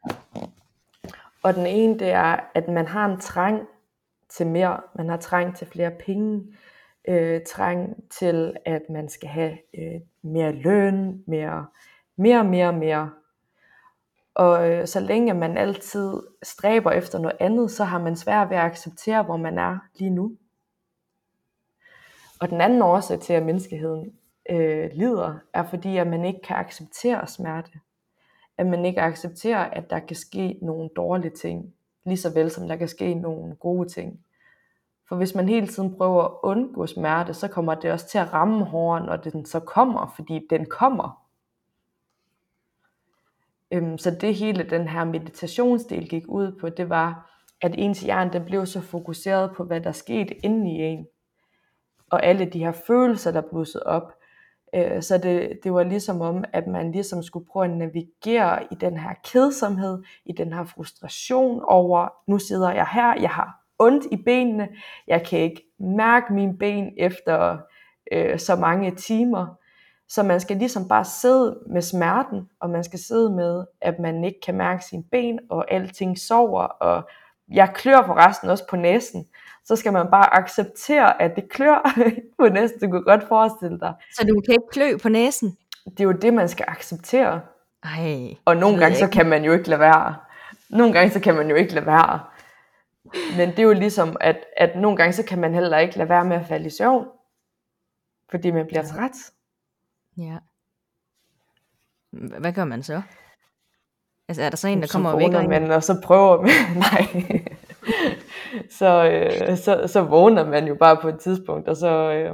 Og den ene, det er, at man har en trang til mere. Man har trang til flere penge. Trang til, at man skal have mere løn, mere. Og så længe man altid stræber efter noget andet, så har man svært ved at acceptere, hvor man er lige nu. Og den anden årsag til, at menneskeheden lider, er fordi, at man ikke kan acceptere smerte. At man ikke accepterer, at der kan ske nogle dårlige ting, lige så vel som der kan ske nogle gode ting. For hvis man hele tiden prøver at undgå smerte, så kommer det også til at ramme hårdere, når den så kommer, fordi den kommer. Så det hele den her meditationsdel gik ud på, det var, at ens hjerne den blev så fokuseret på, hvad der skete inde i en. Og alle de her følelser, der blussede op. Så det var ligesom om, at man ligesom skulle prøve at navigere i den her kedsomhed, i den her frustration over, nu sidder jeg her, jeg har ondt i benene, jeg kan ikke mærke mine ben efter så mange timer. Så man skal ligesom bare sidde med smerten, og man skal sidde med, at man ikke kan mærke sine ben, og alting sover, og jeg klør forresten også på næsen. Så skal man bare acceptere, at det klør på næsen. Du kan godt forestille dig. Så du kan ikke klø på næsen? Det er jo det, man skal acceptere. Ej, og nogle gange, så kan man jo ikke lade være. Men det er jo ligesom, at nogle gange, så kan man heller ikke lade være med at falde i søvn. Fordi man bliver træt. Ja. Hvad gør man så? Altså er der så en, der kommer og vækker man, og så prøver man, nej. så vågner man jo bare på et tidspunkt, og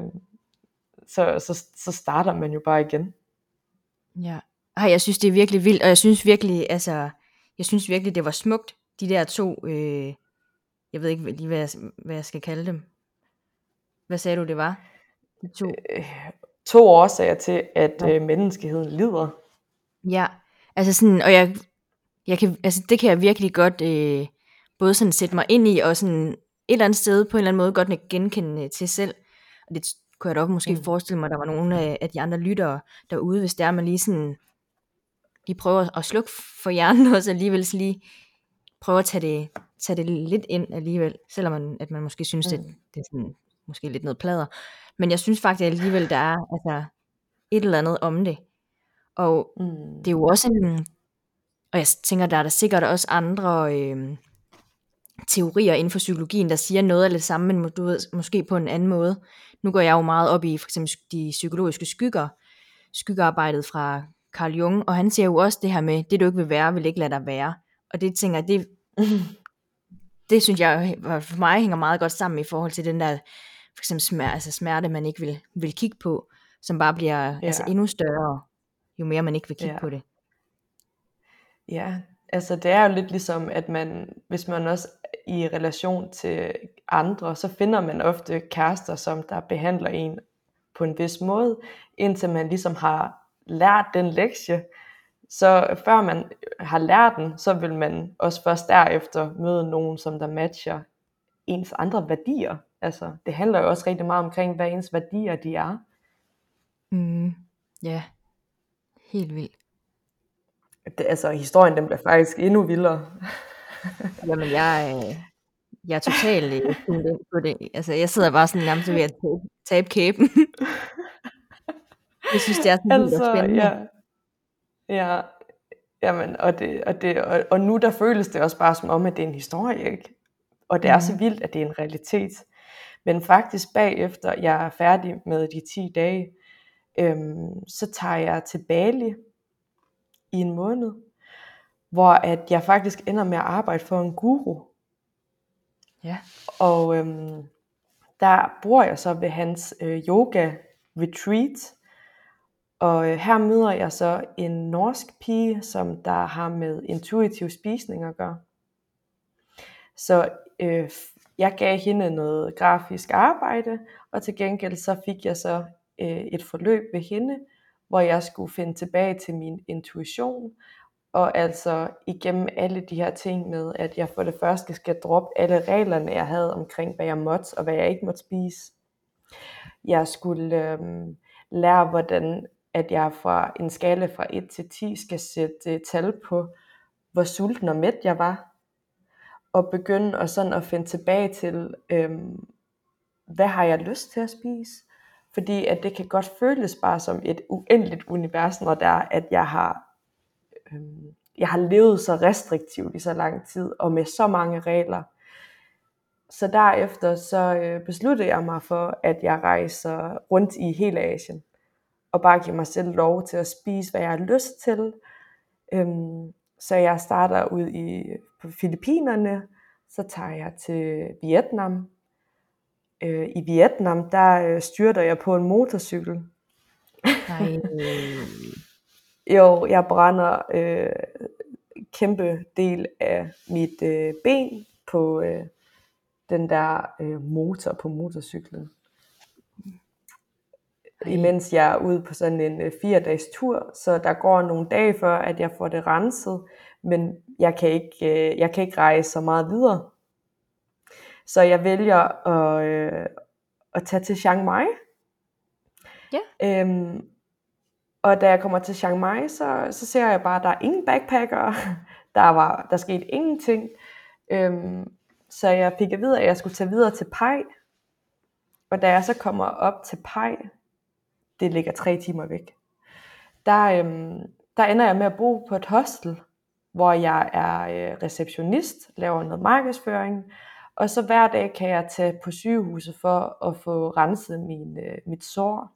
så starter man jo bare igen. Ja. Ej, jeg synes det er virkelig vildt, og jeg synes virkelig det var smukt, de der 2, jeg ved ikke lige hvad jeg skal kalde dem. Hvad sagde du det var? De 2 årsager til, at menneskeheden lider. Ja, altså sådan, og jeg kan, altså det kan jeg virkelig godt både sådan sætte mig ind i, og sådan et eller andet sted på en eller anden måde godt genkende til selv. Og det kunne jeg da også måske forestille mig, at der var nogle af de andre lyttere derude, hvis der man lige sådan, de prøver at slukke for hjernen, og så alligevel lige prøver at tage det lidt ind alligevel, selvom at man måske synes, det er sådan, måske lidt noget plader. Men jeg synes faktisk alligevel, der er altså et eller andet om det. Og det er Mm. jo også og jeg tænker, der er der sikkert også andre teorier inden for psykologien, der siger noget af det samme, men du ved, måske på en anden måde. Nu går jeg jo meget op i for eksempel de psykologiske skyggearbejdet fra Carl Jung, og han siger jo også det her med, det du ikke vil være, vil ikke lade dig være. Og det tænker jeg, det synes jeg for mig hænger meget godt sammen i forhold til den der for eksempel smerte, man ikke vil kigge på, som bare bliver Ja, endnu større, jo mere man ikke vil kigge ja. på det. Ja, altså det er jo lidt ligesom, at hvis man også i relation til andre, så finder man ofte kærester, som der behandler en på en vis måde, indtil man ligesom har lært den lektie. Så før man har lært den, så vil man også først derefter møde nogen, som der matcher ens andre værdier. Altså det handler jo også rigtig meget omkring, hvad ens værdier de er. Ja, helt vildt. Altså historien den bliver faktisk endnu vildere. Jamen, jeg er totalt tuned ind på det. Altså, jeg sidder bare sådan nærmest ved at tabe kæben. Jeg synes, det er så vildt og Altså spændende. ja, jamen, og nu der føles det også bare som om, at det er en historie, ikke? Og det er så vildt, at det er en realitet. Men faktisk bagefter, jeg er færdig med de 10 dage, så tager jeg til Bali i en måned, hvor at jeg faktisk ender med at arbejde for en guru. Ja. Og der bor jeg så ved hans yoga retreat. Og her møder jeg så en norsk pige, som der har med intuitiv spisning at gøre. Så jeg gav hende noget grafisk arbejde, og til gengæld så fik jeg så et forløb ved hende, hvor jeg skulle finde tilbage til min intuition, og altså igennem alle de her ting med, at jeg for det første skal droppe alle reglerne, jeg havde omkring, hvad jeg måtte og hvad jeg ikke måtte spise. Jeg skulle lære, hvordan at jeg fra en skala fra 1 til 10 skal sætte tal på, hvor sulten og mæt jeg var, og begynde at finde tilbage til, hvad har jeg lyst til at spise? Fordi at det kan godt føles bare som et uendeligt univers, når det er, at jeg har levet så restriktivt i så lang tid, og med så mange regler. Så derefter så besluttede jeg mig for, at jeg rejser rundt i hele Asien, og bare giver mig selv lov til at spise, hvad jeg har lyst til. Så jeg starter ud på Filippinerne, så tager jeg til Vietnam. I Vietnam, der styrter jeg på en motorcykel. Nej. Jo, jeg brænder kæmpe del af mit ben på den der motor på motorcyklen. Imens jeg er ude på sådan en 4-dages tur, så der går nogle dage før, at jeg får det renset, men jeg kan ikke rejse så meget videre. Så jeg vælger at tage til Chiang Mai. Ja. Og da jeg kommer til Chiang Mai, så ser jeg bare, at der er ingen backpackere. Der skete ingenting. Så jeg fik at vide, at jeg skulle tage videre til Pai. Og da jeg så kommer op til Pai, det ligger 3 timer væk, der ender jeg med at bo på et hostel, hvor jeg er receptionist, laver noget markedsføring, og så hver dag kan jeg tage på sygehuset for at få renset mit sår.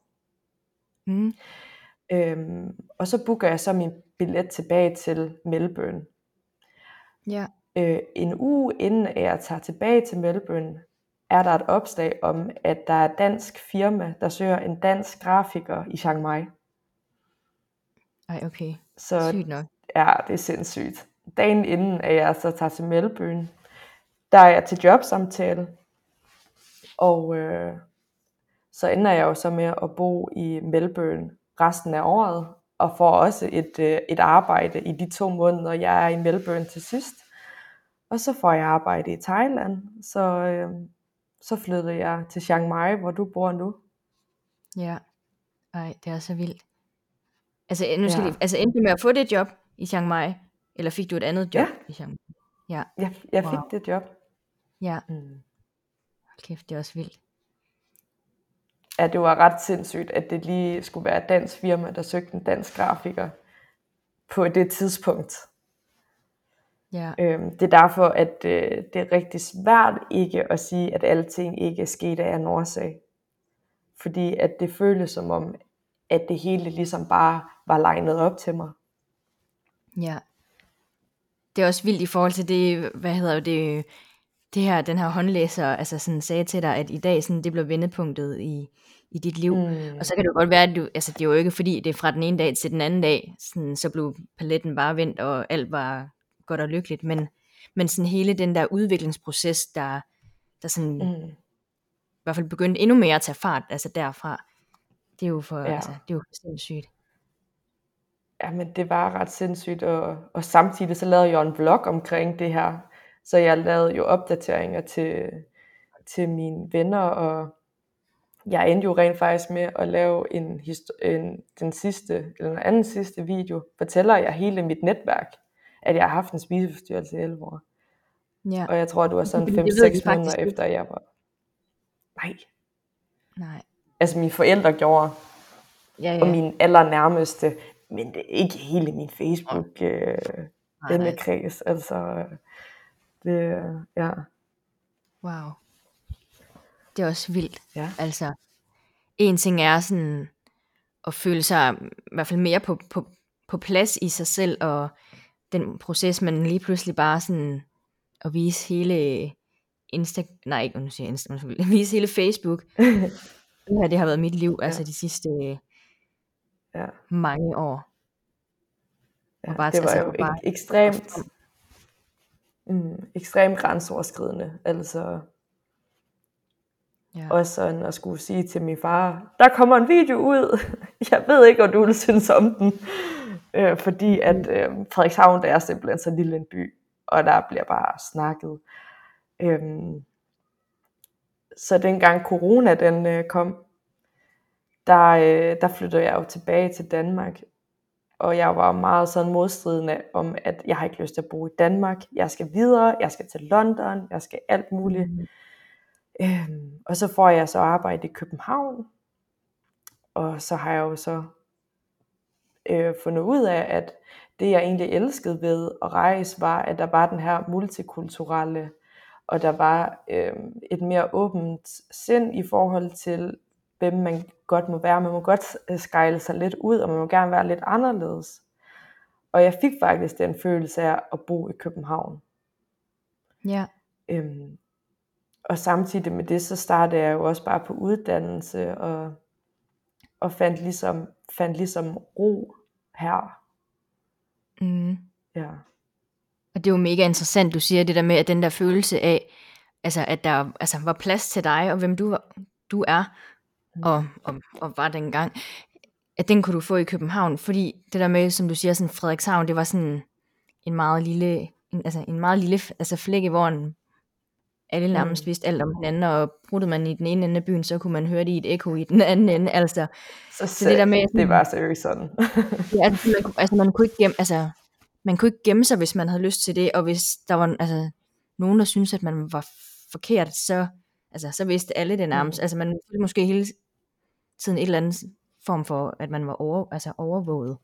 Og så booker jeg så min billet tilbage til Melbourne. Ja. En uge inden at jeg tager tilbage til Melbourne, er der et opslag om, at der er et dansk firma, der søger en dansk grafiker i Chiang Mai. Ej, okay. Så sygt nok. ja, det er sindssygt. Dagen inden at jeg så tager til Melbourne, der er jeg til jobsamtale, og så ender jeg jo så med at bo i Melbourne resten af året, og får også et arbejde i de 2 måneder, jeg er i Melbourne til sidst. Og så får jeg arbejde i Thailand, så flyttede jeg til Chiang Mai, hvor du bor nu. Ja. Ej, det er så vildt. Altså, endte du med at få det job i Chiang Mai, eller fik du et andet job i Chiang Mai? Ja. Jeg fik det job. Ja. Hold kæft, det er også vildt. at det var ret sindssygt, at det lige skulle være et dansk firma, der søgte en dansk grafiker på det tidspunkt. Ja. Det er derfor, at det er rigtig svært ikke at sige, at alting ikke er sket af en årsag. Fordi at det føles som om, at det hele ligesom bare var legnet op til mig. Ja. Det er også vildt i forhold til det, den her håndlæser altså sådan sagde til dig, at i dag sådan, det blev vendepunktet i dit liv. Og så kan det jo godt være, at det er jo ikke fordi, det er fra den ene dag til den anden dag, sådan, så blev paletten bare vendt, og alt var godt og lykkeligt. Men sådan hele den der udviklingsproces, der sådan, i hvert fald begyndte endnu mere at tage fart, altså derfra, det er jo det er jo sindssygt. Jamen, det var ret sindssygt, og samtidig så lavede jeg en vlog omkring det her. Så jeg lavede jo opdateringer til mine venner, og jeg endte jo rent faktisk med at lave den anden sidste video, fortæller jeg hele mit netværk, at jeg har haft en spiseforstyrrelse i 11 år. Ja. Og jeg tror, det var sådan 5-6 måneder efter, jeg var... Nej. Altså mine forældre gjorde, og mine allernærmeste, men det er ikke hele min Facebook vennekreds. Altså, det, ja. Wow. Det er også vildt. Ja. Altså, en ting er sådan at føle sig i hvert fald mere på plads i sig selv, og den proces, man lige pludselig bare sådan at vise hele vise hele Facebook. Det har været mit liv, altså de sidste mange år. Ja, bare det var jo ekstremt grænseoverskridende, altså også sådan at skulle sige til min far, der kommer en video ud, jeg ved ikke, om du vil synes om den, fordi at Frederikshavn, der er simpelthen så lille en by, og der bliver bare snakket. Så dengang corona den kom, der flyttede jeg jo tilbage til Danmark, og jeg var meget sådan modstridende om, at jeg har ikke lyst til at bo i Danmark, jeg skal videre, jeg skal til London, jeg skal alt muligt. Og så får jeg så arbejde i København, og så har jeg jo så fundet ud af, at det jeg egentlig elskede ved at rejse, var, at der var den her multikulturelle, og der var et mere åbent sind i forhold til, hvem man godt må være. Man må godt skejle sig lidt ud, og man må gerne være lidt anderledes. Og jeg fik faktisk den følelse af at bo i København. Ja. Og samtidig med det, så startede jeg jo også bare på uddannelse, og fandt ligesom ro her. Ja. Og det er jo mega interessant, du siger det der med, at den der følelse af, altså at der var plads til dig, og hvem du er, og var dengang, at den kunne du få i København, fordi det der med, som du siger, sådan Frederikshavn, det var sådan en meget lille flække, hvor alle nærmest vidste alt om hinanden, og bruttede man i den ene ende af byen, så kunne man høre det i et ekko i den anden ende, altså. Så det der med, det var seriøst sådan. Ja, man kunne ikke gemme sig, hvis man havde lyst til det, og hvis der var nogen, der syntes, at man var forkert, så vidste alle det nærmest. Altså man følte måske hele tiden et eller andet form for, at man var overvåget.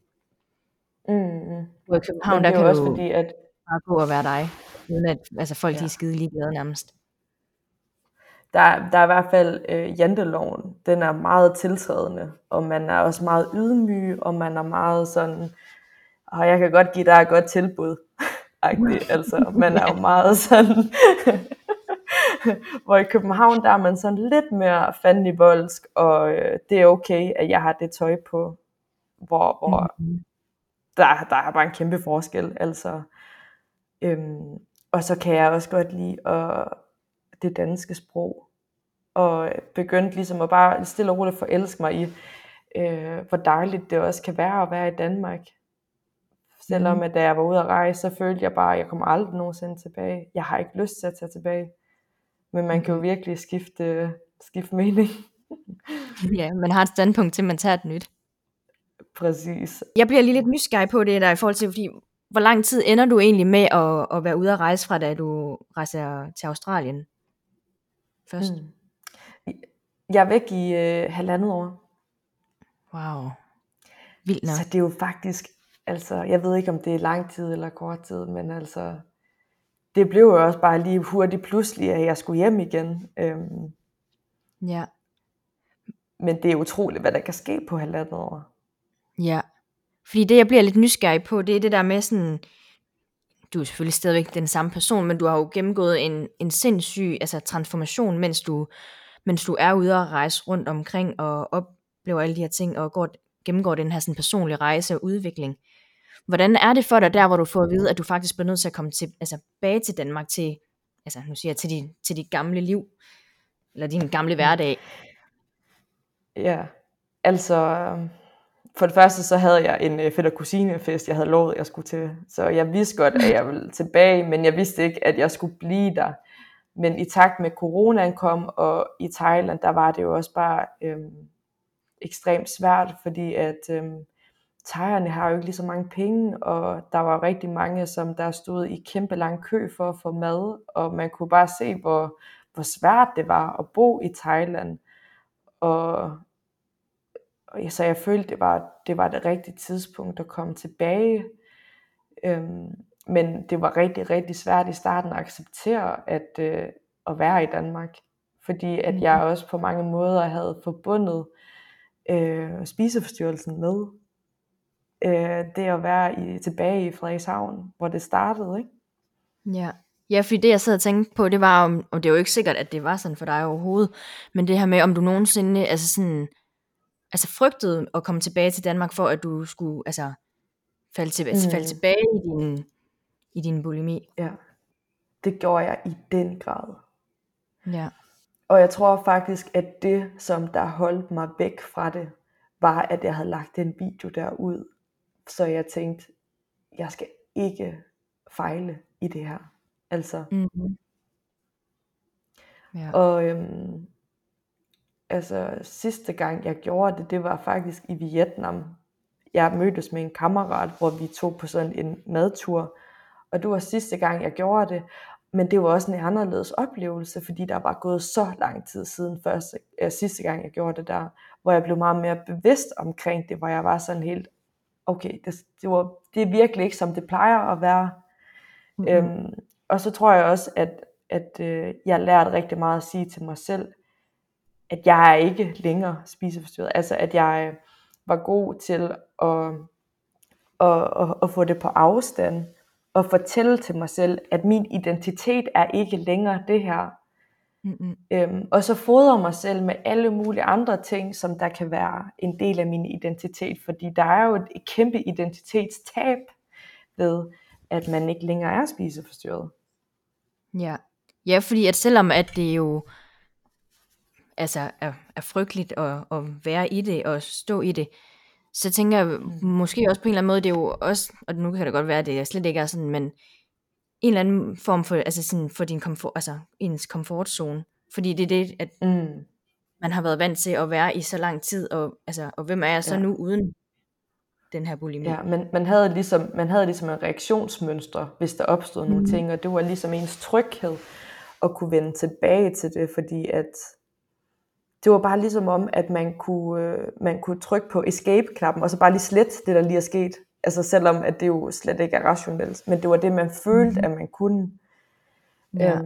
Og i København, der kan du fordi, at bare gå og være dig, uden at folk de er skide ligeglade nærmest. Der er i hvert fald janteloven, den er meget tiltrædende, og man er også meget ydmyg, og man er meget sådan, og jeg kan godt give dig et godt tilbud. Altså, man er jo meget sådan, hvor i København, der er man sådan lidt mere fandenivoldsk, og det er okay, at jeg har det tøj på, hvor der er bare en kæmpe forskel, altså. Og så kan jeg også godt lide det danske sprog, og begyndte ligesom at bare stille og roligt forelske mig i, hvor dejligt det også kan være at være i Danmark. Selvom at da jeg var ude at rejse, så følte jeg bare, at jeg kommer aldrig nogensinde tilbage. Jeg har ikke lyst til at tage tilbage. Men man kan jo virkelig skifte mening. Ja, man har et standpunkt til, man tager et nyt. Præcis. Jeg bliver lige lidt nysgerrig på det der i forhold til, fordi hvor lang tid ender du egentlig med at være ude at rejse fra, da du rejser til Australien først? Jeg er væk i 1,5 år. Wow, vildt nok. Så det er jo faktisk, altså jeg ved ikke om det er lang tid eller kort tid, men altså det blev jo også bare lige hurtigt pludselig, at jeg skulle hjem igen. Ja, Men det er utroligt, hvad der kan ske på 1,5 år. ja. Fordi det, jeg bliver lidt nysgerrig på, det er det der med sådan, du er selvfølgelig stadigvæk den samme person, men du har jo gennemgået en sindssyg transformation, mens du er ude og rejse rundt omkring og oplever alle de her ting, og gennemgår den her sådan personlige rejse og udvikling. Hvordan er det for dig der, hvor du får at vide, at du faktisk bliver nødt til at komme tilbage til Danmark til, nu siger jeg, til dit gamle liv, eller din gamle hverdag? Ja, altså for det første så havde jeg en fætter kusinefest, jeg havde lovet, jeg skulle til. Så jeg vidste godt, at jeg ville tilbage, men jeg vidste ikke, at jeg skulle blive der. Men i takt med coronaen kom, og i Thailand, der var det jo også bare ekstremt svært, fordi at thaierne har jo ikke lige så mange penge, og der var rigtig mange, som der stod i kæmpe lang kø for at få mad, og man kunne bare se, hvor svært det var at bo i Thailand. Og så jeg følte, det var det rigtige tidspunkt at komme tilbage. Men det var rigtig, rigtig svært i starten at acceptere at være i Danmark. Fordi at jeg også på mange måder havde forbundet spiseforstyrrelsen med det at være tilbage i Frederikshavn, hvor det startede, ikke? Ja. Ja, fordi det jeg sad og tænkte på, det var, og det er jo ikke sikkert, at det var sådan for dig overhovedet, men det her med, om du nogensinde frygtede at komme tilbage til Danmark, for at du skulle falde tilbage i din bulimi. Ja, det gjorde jeg i den grad. Ja. Og jeg tror faktisk, at det, som der holdt mig væk fra det, var, at jeg havde lagt den video der ud. Så jeg tænkte, jeg skal ikke fejle i det her. Altså. Mm-hmm. Ja. Og sidste gang jeg gjorde det var faktisk i Vietnam. Jeg mødtes med en kammerat, hvor vi tog på sådan en madtur. Og det var sidste gang jeg gjorde det. Men det var også en anderledes oplevelse, fordi der var gået så lang tid siden sidste gang jeg gjorde det der, hvor jeg blev meget mere bevidst omkring det, hvor jeg var sådan helt, okay, det er virkelig ikke som det plejer at være. Mm-hmm. Og så tror jeg også, at jeg lærte rigtig meget at sige til mig selv, at jeg er ikke længere spiseforstyrret. Altså at jeg var god til at få det på afstand, og fortælle til mig selv, at min identitet er ikke længere det her. Og så fodre mig selv med alle mulige andre ting, som der kan være en del af min identitet, fordi der er jo et kæmpe identitetstab ved, at man ikke længere er spiseforstyrret. Ja, fordi at selvom at det jo er frygteligt at være i det og stå i det, så tænker jeg måske også på en eller anden måde, det er jo også, og nu kan det godt være, at det slet ikke er sådan, men en eller anden form for, for din komfort, ens komfortzone, fordi det er det, at man har været vant til at være i så lang tid, og hvem er jeg så nu uden den her bulimi? Ja, men man havde ligesom en reaktionsmønster, hvis der opstod nogle ting, og det var ligesom ens tryghed at kunne vende tilbage til det, fordi at det var bare ligesom om, at man kunne trykke på escape-knappen, og så bare lige slette det, der lige er sket. Altså selvom at det jo slet ikke er rationelt, men det var det, man følte, at man kunne. Ja.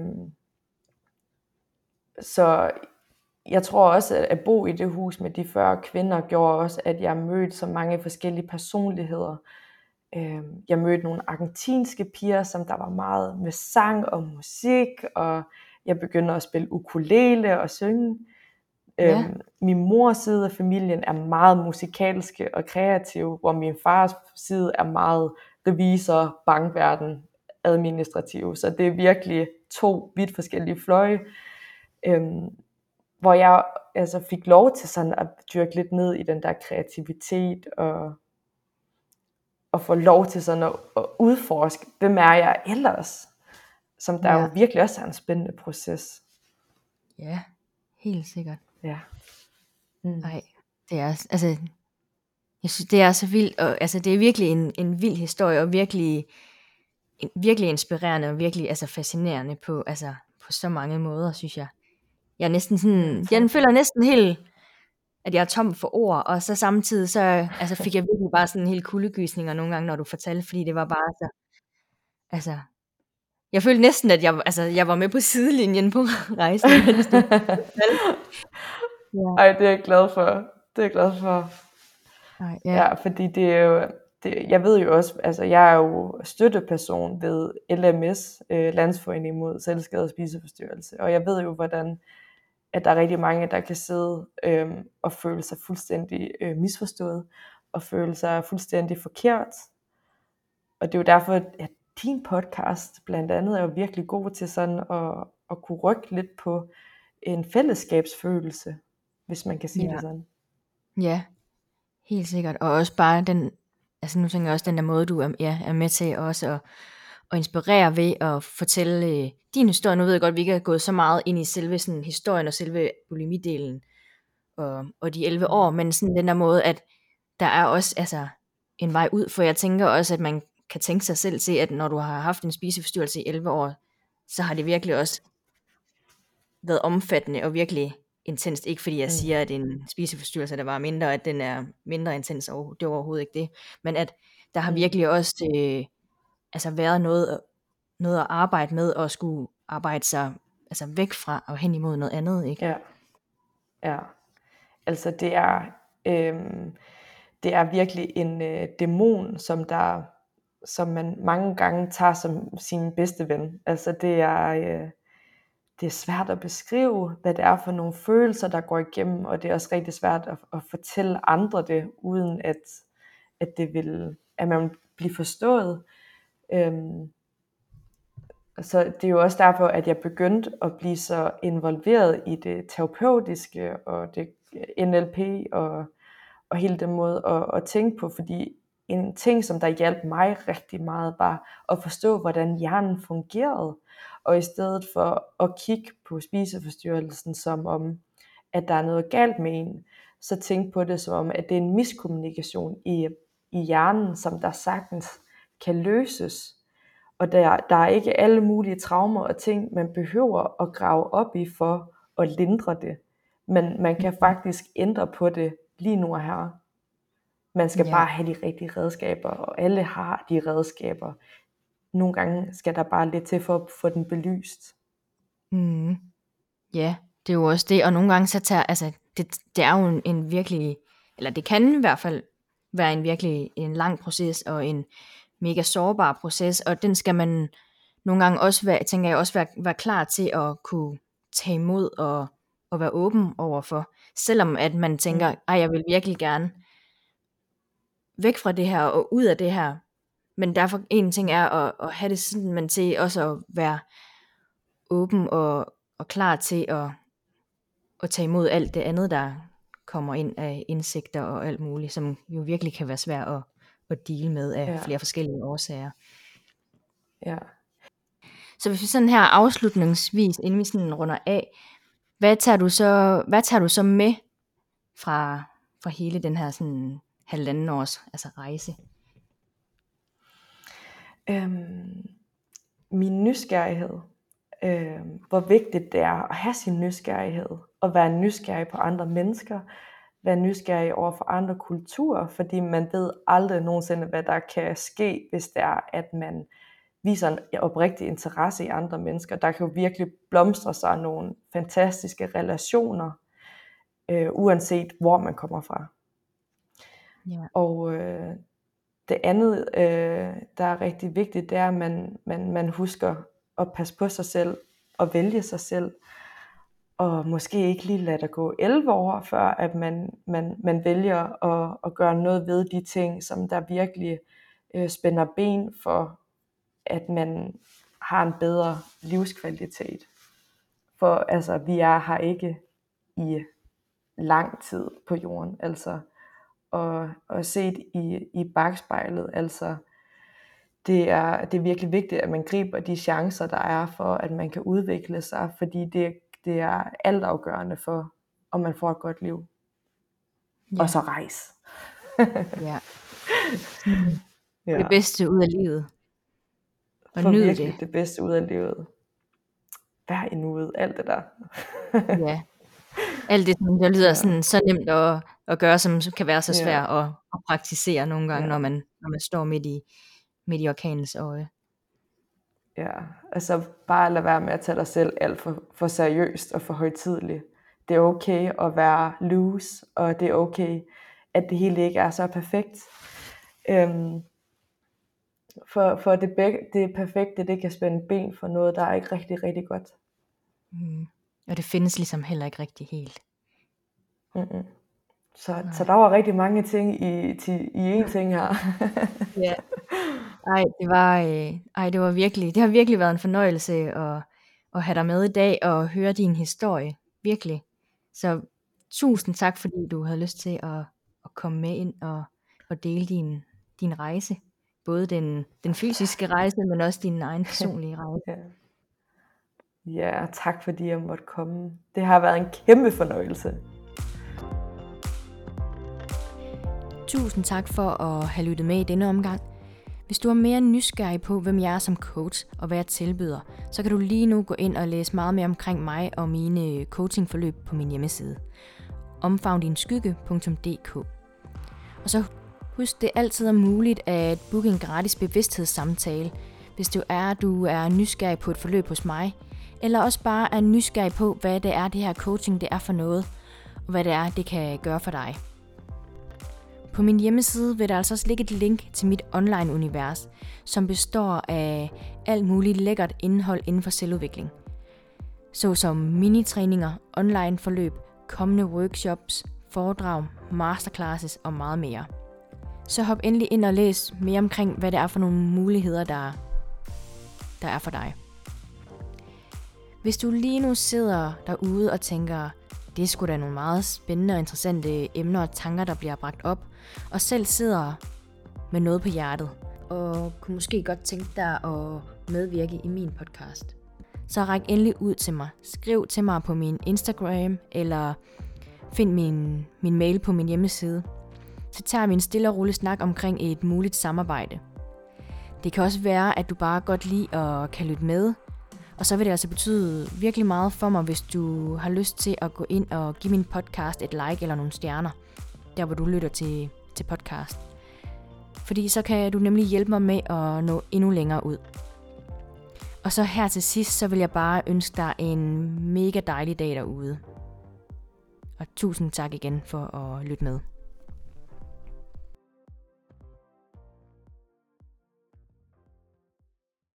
Så jeg tror også, at bo i det hus med de 40 kvinder, gjorde også, at jeg mødte så mange forskellige personligheder. Jeg mødte nogle argentinske piger, som der var meget med sang og musik, og jeg begyndte at spille ukulele og synge. Min mors side af familien er meget musikalske og kreative, hvor min fars side er meget revisor, bankverden, administrativ. Så det er virkelig 2 vidt forskellige fløje, hvor jeg fik lov til sådan at dyrke lidt ned i den der kreativitet og få lov til sådan at udforske, hvem er jeg ellers, som der jo virkelig også er en spændende proces. Ja, helt sikkert. Ja. Nej, det er, jeg synes, det er så vildt, og det er virkelig en vild historie, og virkelig inspirerende, og virkelig fascinerende på så mange måder, synes jeg. jeg er næsten sådan, jeg føler næsten helt, at jeg er tom for ord, og så samtidig så fik jeg virkelig bare sådan en helt kuldegysninger nogle gange, når du fortalte, fordi det var bare så, altså, jeg følte næsten, at jeg var med på sidelinjen på rejsen, mens du fortalte. Ja. Ej, det er jeg glad for. Det er jeg glad for. Ej, Ja, fordi det er jo, jeg ved jo også, altså jeg er jo støtteperson ved LMS, Landsforeningen mod Selvskade og Spiseforstyrrelse, og jeg ved jo, hvordan at der er rigtig mange, der kan sidde og føle sig fuldstændig misforstået, og føle sig fuldstændig forkert. Og det er jo derfor, at din podcast blandt andet er jo virkelig god til sådan at kunne rykke lidt på en fællesskabsfølelse, hvis man kan sige det sådan. Ja, helt sikkert. Og også bare den, nu tænker jeg også den der måde, du er med til også at inspirere ved at fortælle din historie. Nu ved jeg godt, at vi ikke er gået så meget ind i selve sådan, historien og selve bulimidelen og de 11 år, men sådan den der måde, at der er også en vej ud, for jeg tænker også, at man kan tænke sig selv til, at når du har haft en spiseforstyrrelse i 11 år, så har det virkelig også været omfattende og virkelig intenst. Ikke fordi jeg siger, at en spiseforstyrrelse, der var mindre, at den er mindre intens, og det var overhovedet ikke det, men at der har virkelig også været noget at arbejde med, og skulle arbejde sig væk fra og hen imod noget andet, ikke? Ja. Altså det er virkelig en dæmon, som man mange gange tager som sin bedste ven. Altså det er svært at beskrive, hvad det er for nogle følelser, der går igennem, og det er også rigtig svært at fortælle andre det, uden at man vil blive forstået. Så det er jo også derfor, at jeg begyndte at blive så involveret i det terapeutiske og det NLP og hele den måde at tænke på, fordi en ting, som der hjalp mig rigtig meget, var at forstå, hvordan hjernen fungerede, og i stedet for at kigge på spiseforstyrrelsen som om, at der er noget galt med en, så tænk på det som om, at det er en miskommunikation i hjernen, som der sagtens kan løses. Og der er ikke alle mulige traumer og ting, man behøver at grave op i for at lindre det. Men man kan faktisk ændre på det lige nu og her. Man skal bare have de rigtige redskaber, og alle har de redskaber. Nogle gange skal der bare lidt til for at få den belyst. Ja, det er jo også det, og nogle gange så tager, det er jo en virkelig, eller det kan i hvert fald være en lang proces, og en mega sårbar proces, og den skal man nogle gange også være klar til at kunne tage imod og være åben overfor, selvom at man tænker, jeg vil virkelig gerne væk fra det her og ud af det her, men derfor en ting er at have det sådan, men til også at være åben og klar til at tage imod alt det andet, der kommer ind af indsigter og alt muligt, som jo virkelig kan være svært at deale med af flere forskellige årsager. Ja. Så hvis vi sådan her afslutningsvis, inden vi sådan runder af, hvad tager du så med fra hele den her sådan 1,5 års rejse? Min nysgerrighed. Hvor vigtigt det er at have sin nysgerrighed, og være nysgerrig på andre mennesker, være nysgerrig over for andre kulturer, fordi man ved aldrig nogensinde, hvad der kan ske, hvis det er, at man viser en oprigtig interesse i andre mennesker. Der kan jo virkelig blomstre sig nogle fantastiske relationer, uanset hvor man kommer fra. Ja. Og det andet, der er rigtig vigtigt, det er, at man husker at passe på sig selv og vælge sig selv, og måske ikke lige lade der gå 11 år, før at man vælger at gøre noget ved de ting, som der virkelig spænder ben for, at man har en bedre livskvalitet. For vi er her ikke i lang tid på jorden, og set i bagspejlet, det er virkelig vigtigt, at man griber de chancer, der er for, at man kan udvikle sig, fordi det er altafgørende for, om man får et godt liv. Og så rejse. Det bedste ud af livet. Og få nyd virkelig det bedste ud af livet. vær i nuet, alt det der. Ja, alt det, der lyder Ja, sådan så nemt at gøre, som kan være så ja, svært at praktisere nogle gange, ja, når man står midt i orkanens øje. ja. Altså bare lad være med at tage dig selv alt for seriøst og for højtideligt. Det er okay at være loose, og det er okay, at det hele ikke er så perfekt. Øhm, for det perfekte, det kan spænde ben for noget, der er ikke rigtig, rigtig godt. Og det findes ligesom heller ikke rigtig helt. Mm-mm. Så der var rigtig mange ting i én ting her. Ja. Det var virkelig, det har virkelig været en fornøjelse at have dig med i dag og høre din historie. Virkelig. Så tusind tak, fordi du havde lyst til at komme med ind og dele din rejse. Både den fysiske rejse, men også din egen personlige rejse. Ja. Ja, tak fordi jeg måtte komme. Det har været en kæmpe fornøjelse. Tusind tak for at have lyttet med i denne omgang. Hvis du er mere nysgerrig på, hvem jeg er som coach og hvad jeg tilbyder, så kan du lige nu gå ind og læse meget mere omkring mig og mine coachingforløb på min hjemmeside. omfavndinskygge.dk. Og så husk, det altid er muligt at booke en gratis bevidsthedssamtale, hvis du er nysgerrig på et forløb hos mig, eller også bare er nysgerrig på, hvad det er, det her coaching det er for noget, og hvad det er, det kan gøre for dig. På min hjemmeside vil der altså også ligge et link til mit online-univers, som består af alt muligt lækkert indhold inden for selvudvikling. Såsom minitræninger, online-forløb, kommende workshops, foredrag, masterclasses og meget mere. Så hop endelig ind og læs mere omkring, hvad det er for nogle muligheder, der er for dig. Hvis du lige nu sidder derude og tænker, det er sgu da nogle meget spændende og interessante emner og tanker, der bliver bragt op, og selv sidder med noget på hjertet, og kunne måske godt tænke dig at medvirke i min podcast, så ræk endelig ud til mig. Skriv til mig på min Instagram, eller find min mail på min hjemmeside. Så tager vi en stille og rolig snak omkring et muligt samarbejde. Det kan også være, at du bare godt lide at kan lytte med, og så vil det altså betyde virkelig meget for mig, hvis du har lyst til at gå ind og give min podcast et like eller nogle stjerner, der hvor du lytter til podcast. Fordi så kan du nemlig hjælpe mig med at nå endnu længere ud. Og så her til sidst, så vil jeg bare ønske dig en mega dejlig dag derude. Og tusind tak igen for at lytte med.